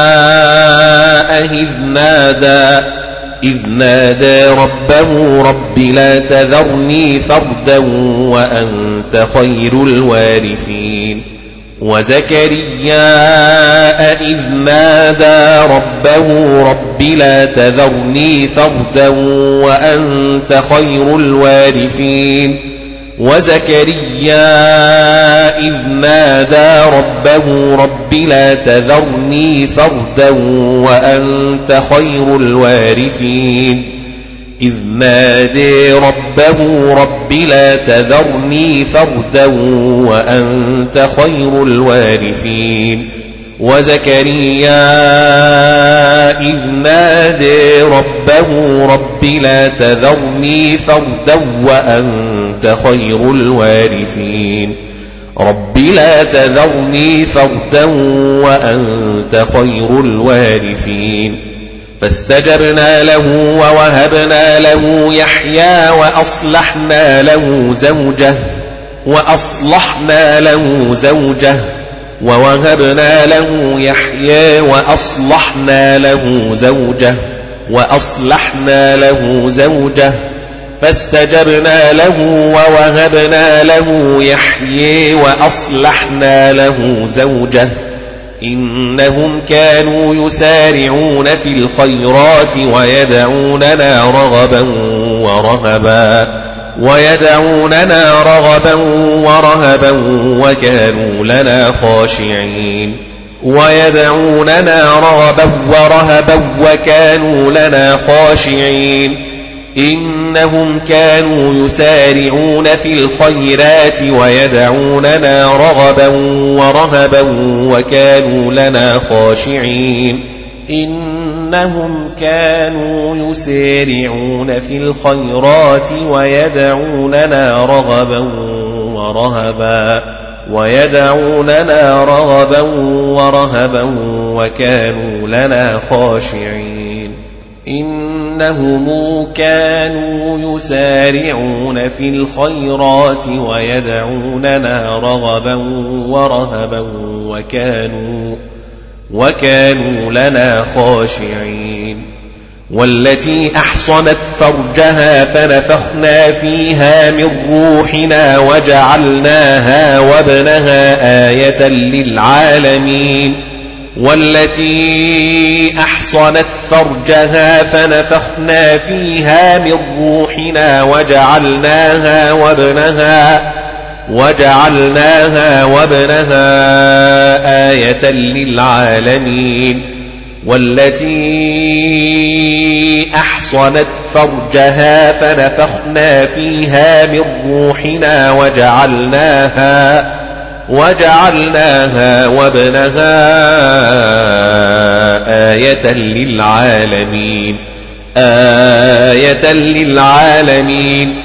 [SPEAKER 1] إذ نادى إذ نادى ربه رب لا تذرني فردا وأنت خير الوارثين وزكريا إذ نادى ربه رب لا تذرني فردا وأنت خير الوارثين وزكريا إذ نادى ربه رب لا تذرني فردا وأنت خير الوارثين إذ نادى ربه رب لا تذرني فردا وأنت خير الوارثين وزكريا إذ نادى ربه رب لا تذرني فردا وأنت خير الوارثين رب لا تذرني فردا وأنت خير الوارثين فاستجبنا له ووهبنا له يحيى وأصلحنا له زوجه وأصلحنا له زوجه ووهبنا له يحيى وأصلحنا له زوجه وأصلحنا له زوجه فاستجبنا له ووهبنا له يحيى وأصلحنا له زوجه إنهم كانوا يسارعون في الخيرات ويدعوننا رغبا ورهبا ويدعوننا رغبا ورهبا وكانوا لنا خاشعين ويدعوننا رغبا ورهبا وكانوا لنا خاشعين إنهم كانوا يسارعون في الخيرات ويدعوننا رغبا ورهبا وكانوا لنا خاشعين إنهم كانوا يسارعون في الخيرات ويدعوننا رغبا ورهبا ويدعوننا رغبا ورهبا وكانوا لنا خاشعين إنهم كانوا يسارعون في الخيرات ويدعوننا رغبا ورهبا وكانوا وكانوا لنا خاشعين والتي أحصنت فرجها فنفخنا فيها من روحنا وجعلناها وابنها آية للعالمين والتي أحصنت فرجها فنفخنا فيها من روحنا وجعلناها وابنها وجعلناها وابنها آية للعالمين والتي أحصنت فرجها فنفخنا فيها من روحنا وجعلناها وجعلناها وابنها آية للعالمين آية للعالمين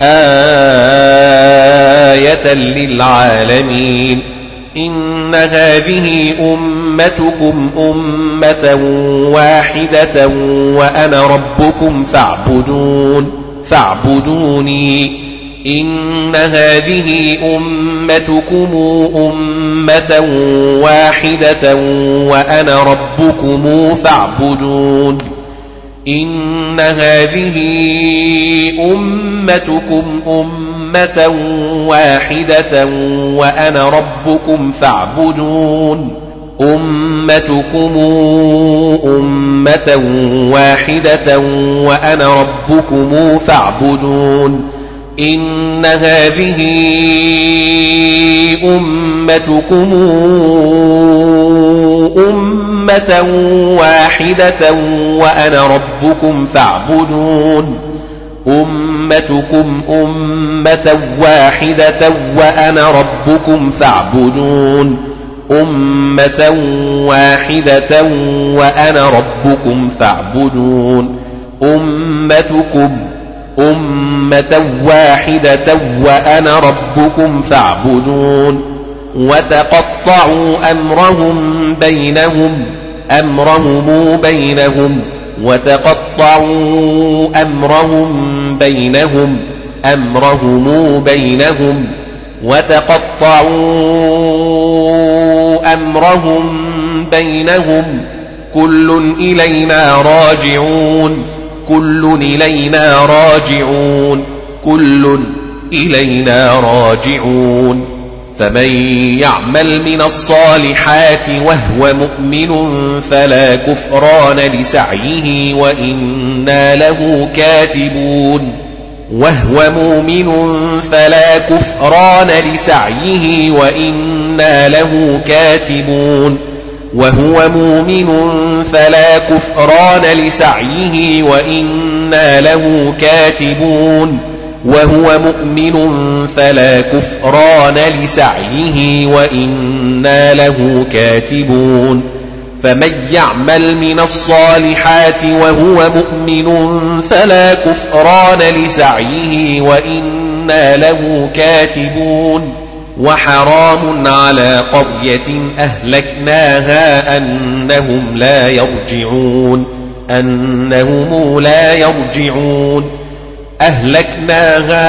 [SPEAKER 1] آية للعالمين إن هذه أمتكم أمة واحدة وأنا ربكم فاعبدون فاعبدوني إن هذه أمتكم أمة واحدة وأنا ربكم فاعبدون إن هذه أمتكم أمة واحدة وأنا ربكم فاعبدون أمتكم أمة واحدة وأنا ربكم فاعبدون إن هذه أمتكم أمة واحدة وأنا ربكم فاعبدون أمتكم أمة واحدة وأنا ربكم فاعبدون أمة واحدة وأنا ربكم فاعبدون أمتكم أمة واحدة وأنا ربكم فاعبدون وتقطعوا أمرهم بينهم أمرهم بينهم وتقطعوا أمرهم بينهم أمرهم بينهم وتقطعوا أمرهم بينهم كل إلينا راجعون كل إلينا راجعون كل إلينا راجعون فمن يعمل من الصالحات وهو مؤمن فلا كفران لسعيه وإنا له كاتبون وهو مؤمن فلا كفران لسعيه وإنا له كاتبون وهو مؤمن فلا كفران لسعيه وإنا له كاتبون وهو مؤمن فلا كفران لسعيه وإنا له كاتبون فمن يعمل من الصالحات وهو مؤمن فلا كفران لسعيه وإنا له كاتبون وحرام على قرية أهلكناها أنهم لا يرجعون أنهم لا يرجعون أهلكناها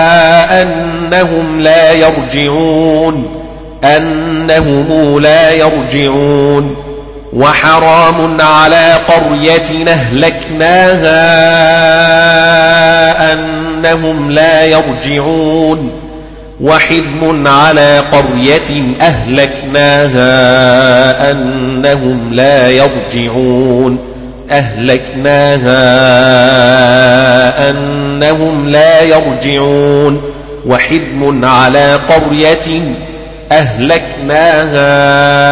[SPEAKER 1] أنهم لا يرجعون أنهم لا يرجعون وحرام على قرية أهلكناها أنهم لا يرجعون وحرم على قرية أهلكناها أنهم لا يرجعون أهلكناها أنهم لا يرجعون وحرم على قرية أهلكناها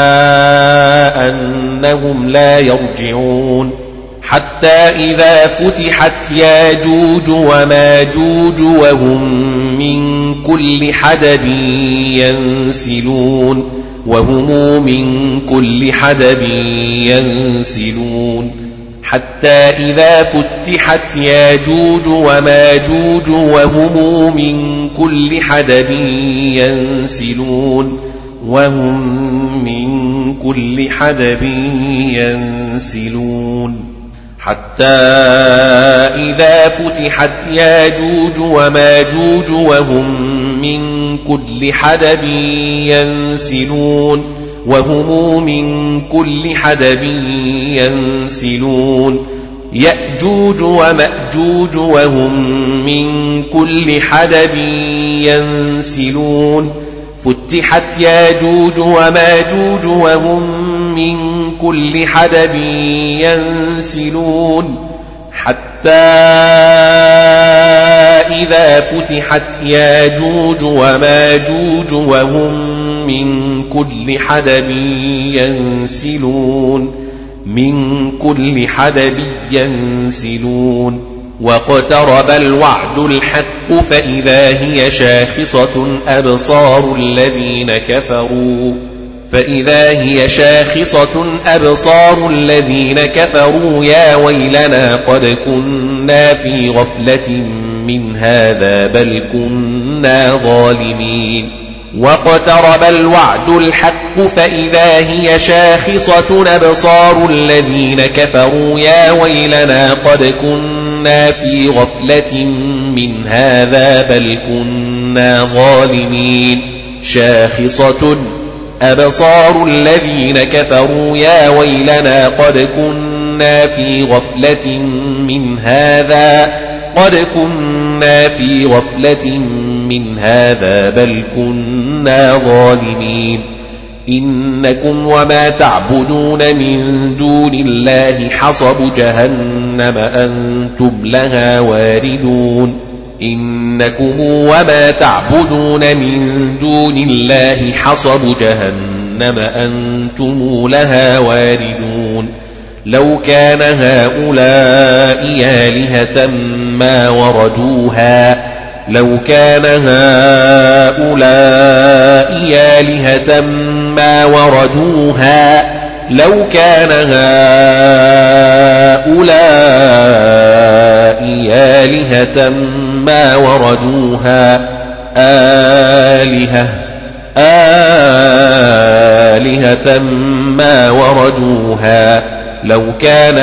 [SPEAKER 1] أنهم لا يرجعون حتى إذا فتحت ياجوج وماجوج وهم من كل حدب ينسلون وهم من كل حدب ينسلون حتى إذا فتحت ياجوج وماجوج وهم من كل حدب ينسلون وهم من كل حدب ينسلون حتى إذا فتحت ياجوج وماجوج وهم من كل حدب ينسلون وهم من كل حدب ينسلون يأجوج ومأجوج وهم من كل حدب ينسلون فتحت ياجوج وماجوج وهم من كل حدب ينسلون حتى إذا فتحت ياجوج وماجوج وهم من كل حدب ينسلون من كل حدب ينسلون واقترب الوعد الحق فإذا هي شاخصة أبصار الذين كفروا فإذا هي شاخصة أبصار الذين كفروا يا ويلنا قد كنا في غفلة من هذا بل كنا ظالمين واقترب الوعد الحق فإذا هي شاخصة أبصار الذين كفروا يا ويلنا قد كنا في غفلة من هذا بل كنا ظالمين شاخصة أبصار الذين كفروا يا ويلنا قد كنا في غفلة من هذا قد كنا في غفلة من هذا بل كنا ظالمين إنكم وما تعبدون من دون الله حصب جهنم أنتم لها واردون إنكم وما تعبدون من دون الله حصب جهنم أنتم لها واردون لو كان هؤلاء آلهة ما وردوها لو كان هؤلاء آلهة ما وردوها لو كان هؤلاء آلهة ما وردوها آلهة آلهة ما وردوها لو كان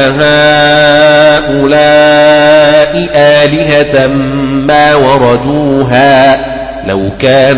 [SPEAKER 1] هؤلاء آلهة ما وردوها لو كان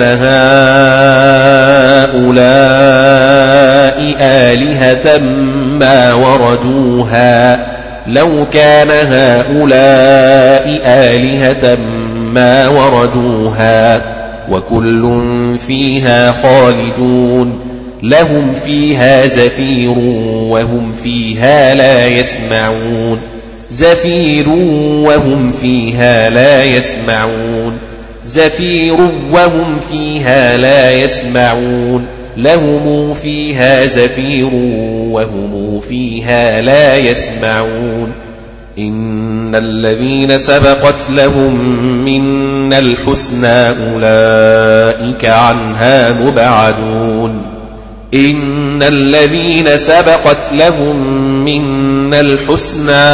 [SPEAKER 1] هؤلاء آلهة ما وردوها لو كان هؤلاء آلهة ما وردوها وكل فيها خالدون لهم فيها زفير وهم فيها لا يسمعون زفير وهم فيها لا يسمعون زفير وهم فيها لا يسمعون لهم فيها زفير وهم فيها لا يسمعون إن الذين سبقت لهم منا الحسنى أولئك عنها مبعدون إن الذين سبقت لهم منا الحسنى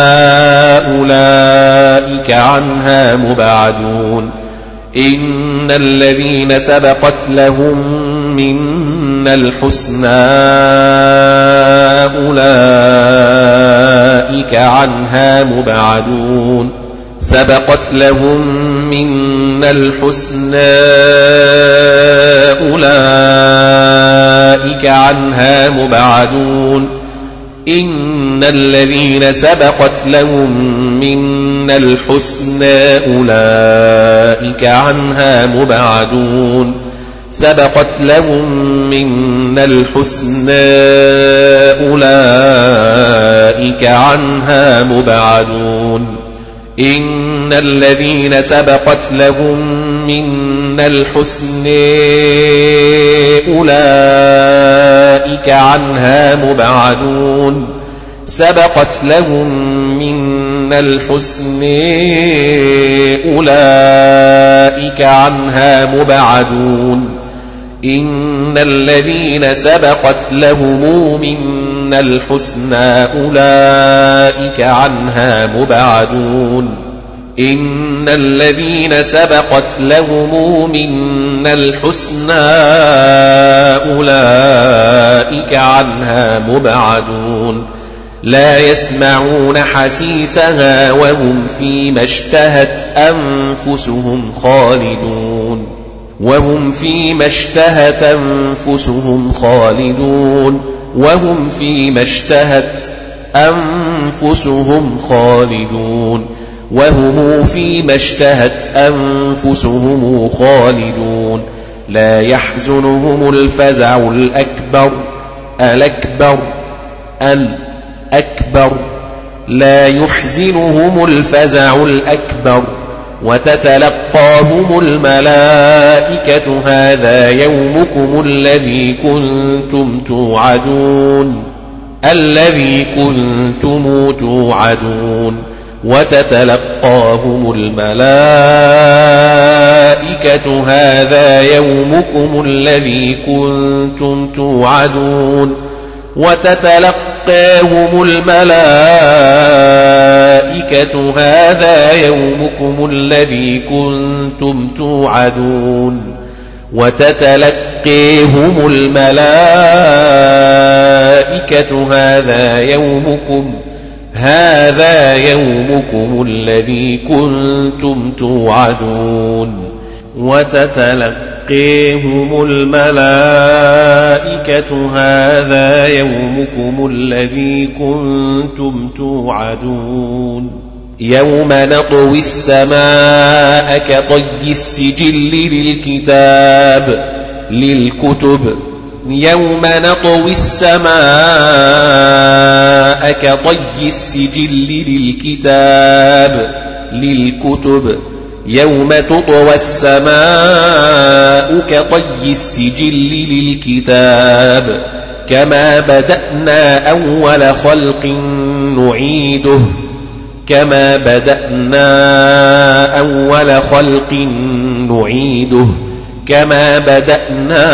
[SPEAKER 1] أولئك عنها مبعدون إن الذين سبقت لهم منا الحسنى أولئك عنها مبعدون سبقت لهم منا الحسنى أولئك عنها مبعدون إن الذين سبقت لهم منا الحسنى أولئك عنها مبعدون سبقت لهم منا الحسنى أولئك عنها مبعدون إن الذين سبقت لهم منا الحسنى أولئك عنها مبعدون سبقت لهم منا الحسنى أولئك عنها مبعدون إن الذين سبقت لهم منا الحسنى أولئك عنها مبعدون إن الذين سبقت لهم منا الحسنى أولئك عنها مبعدون لا يسمعون حسيسها وهم فيما اشتهت أنفسهم خالدون وهم فيما اشتهت أنفسهم خالدون وهم فيما اشتهت أنفسهم خالدون وهم فيما اشتهت أنفسهم خالدون لا يحزنهم الفزع الأكبر الأكبر الأكبر لا يحزنهم الفزع الأكبر وتتلقاهم الملائكة هذا يومكم الذي كنتم توعدون الذي كنتم توعدون وتتلقاهم الملائكة هذا يومكم الذي كنتم توعدون وتتلقاهم الملائكة هذا يومكم الذي كنتم توعدون وتتلقيهم الملائكة هذا يومكم هذا يومكم الذي كنتم توعدون وتتلقيهم الملائكة هذا يومكم الذي كنتم توعدون يوم نطوي السماء كطي السجل للكتاب للكتب يوم نطوي السماء كطي السجل للكتاب للكتب يوم تطوى السماء كطي السجل للكتاب كما بدأنا أول خلق نعيده كما بدأنا أول خلق نعيده كما بدأنا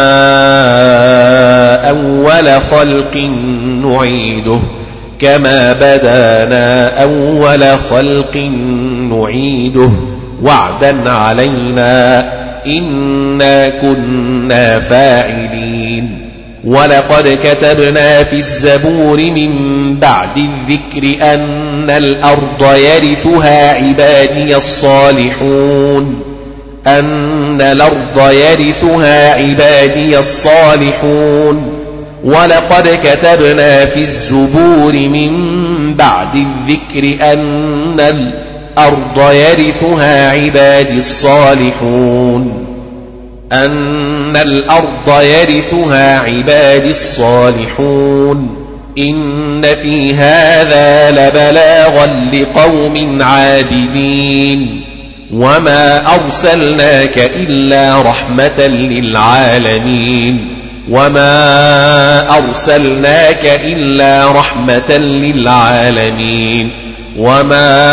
[SPEAKER 1] أول خلق نعيده كما بدأنا أول خلق نعيده وعدا علينا إنا كنا فاعلين ولقد كتبنا في الزبور من بعد الذكر أن الأرض يرثها عبادي الصالحون أن الأرض يرثها عبادي الصالحون ولقد كتبنا في الزبور من بعد الذكر أن الأرض يرثها عبادي الصالحون أن الأرض يرثها عبادي الصالحون إن في هذا لبلاغا لقوم عابدين وما أرسلناك إلا رحمة للعالمين وما أرسلناك إلا رحمة للعالمين وما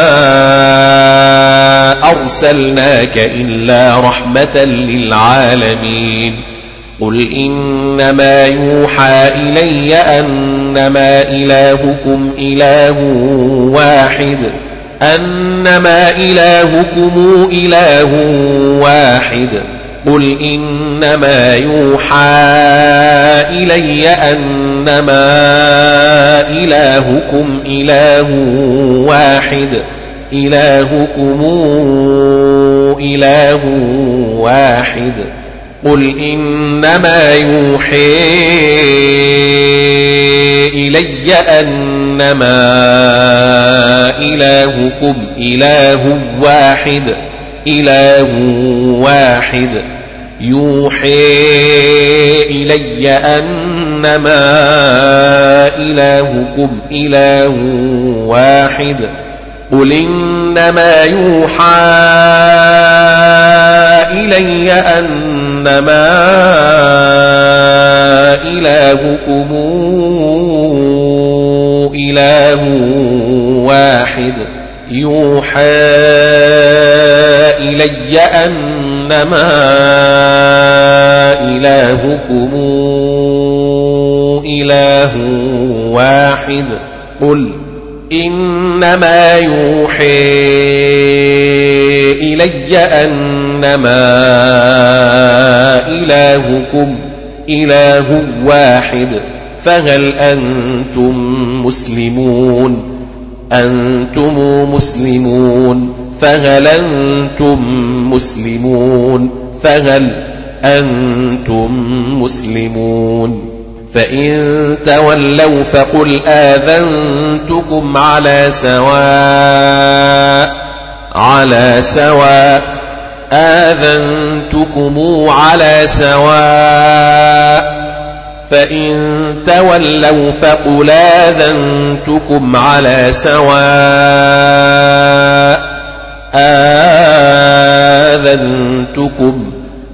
[SPEAKER 1] أرسلناك إلا رحمة للعالمين قل إنما يوحى إلي أنما إلهكم إله واحد أنما إلهكم إله واحد قل إنما يوحى إلي أنما إلهكم إله واحد إلهكم إله واحد قل إنما يوحى إلي أنما إلهكم إله واحد إله واحد يوحي إلي أنما إلهكم إله واحد قل إنما يوحى إلي أنما إلهكم إله واحد يوحى إلي أنما إلهكم إله واحد قل إنما يوحى إلي أنما إلهكم إله واحد فهل أنتم مسلمون أنتم مسلمون فهل أنتم مسلمون فهل أنتم مسلمون فإن تولوا فقل آذنتكم على سواء على سواء آذنتكم على سواء فإن تولوا فقل آذنتكم على سواء آذنتكم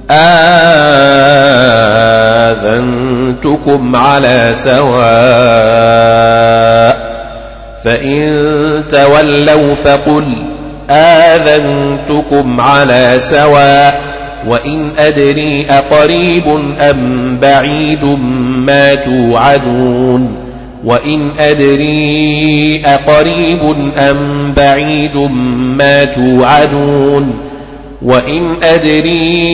[SPEAKER 1] آذنتكم على سواء فإن تولوا فقل آذنتكم على سواء وإن أدري أقريب أم بعيد ما توعدون وإن أدري أقريب أم بعيد ما توعدون وإن أدري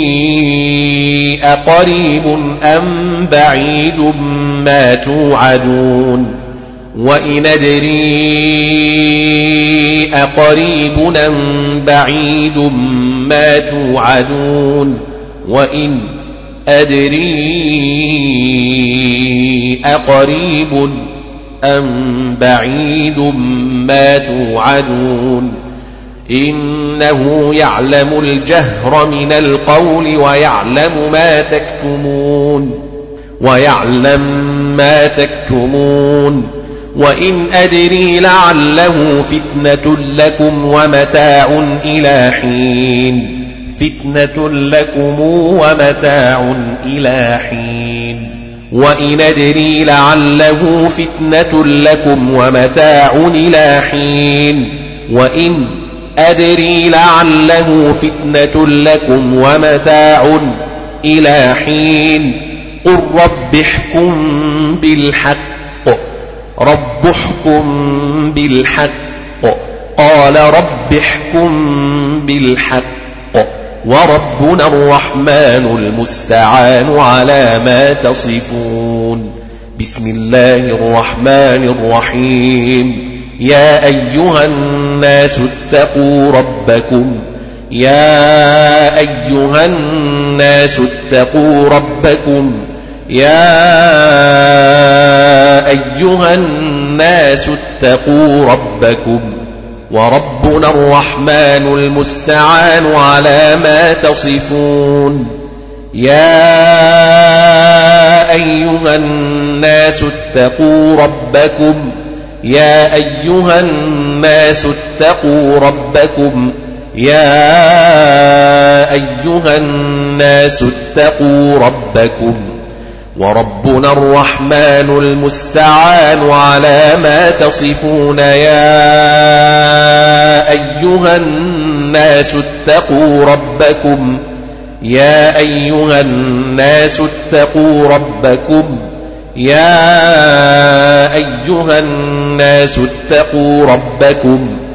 [SPEAKER 1] أقريب أم بعيد ما توعدون وإن أدري أقريب أم بعيد ما توعدون وإن أدري أقريب أم بعيد ما توعدون إنه يعلم الجهر من القول ويعلم ما تكتمون ويعلم ما تكتمون وإن أدري لعله فتنة لكم ومتاع إلى حين فتنة لكم ومتاع إلى حين وإن أدري لعله فتنة لكم ومتاع إلى حين وإن أدري لعله فتنة لكم ومتاع إلى حين قل رب احكم بالحق رب احكم بالحق قال رب احكم بالحق وربنا الرحمن المستعان على ما تصفون بسم الله الرحمن الرحيم يا أيها الناس اتقوا ربكم يا أيها الناس اتقوا ربكم يا أيها الناس اتقوا ربكم وربنا الرحمن المستعان على ما تصفون يا أيها الناس اتقوا ربكم يا أيها الناس اتقوا ربكم يا أيها الناس اتقوا ربكم وربنا الرحمن المستعان على ما تصفون يا أيها الناس اتقوا ربكم يا أيها الناس اتقوا ربكم يا أيها الناس اتقوا ربكم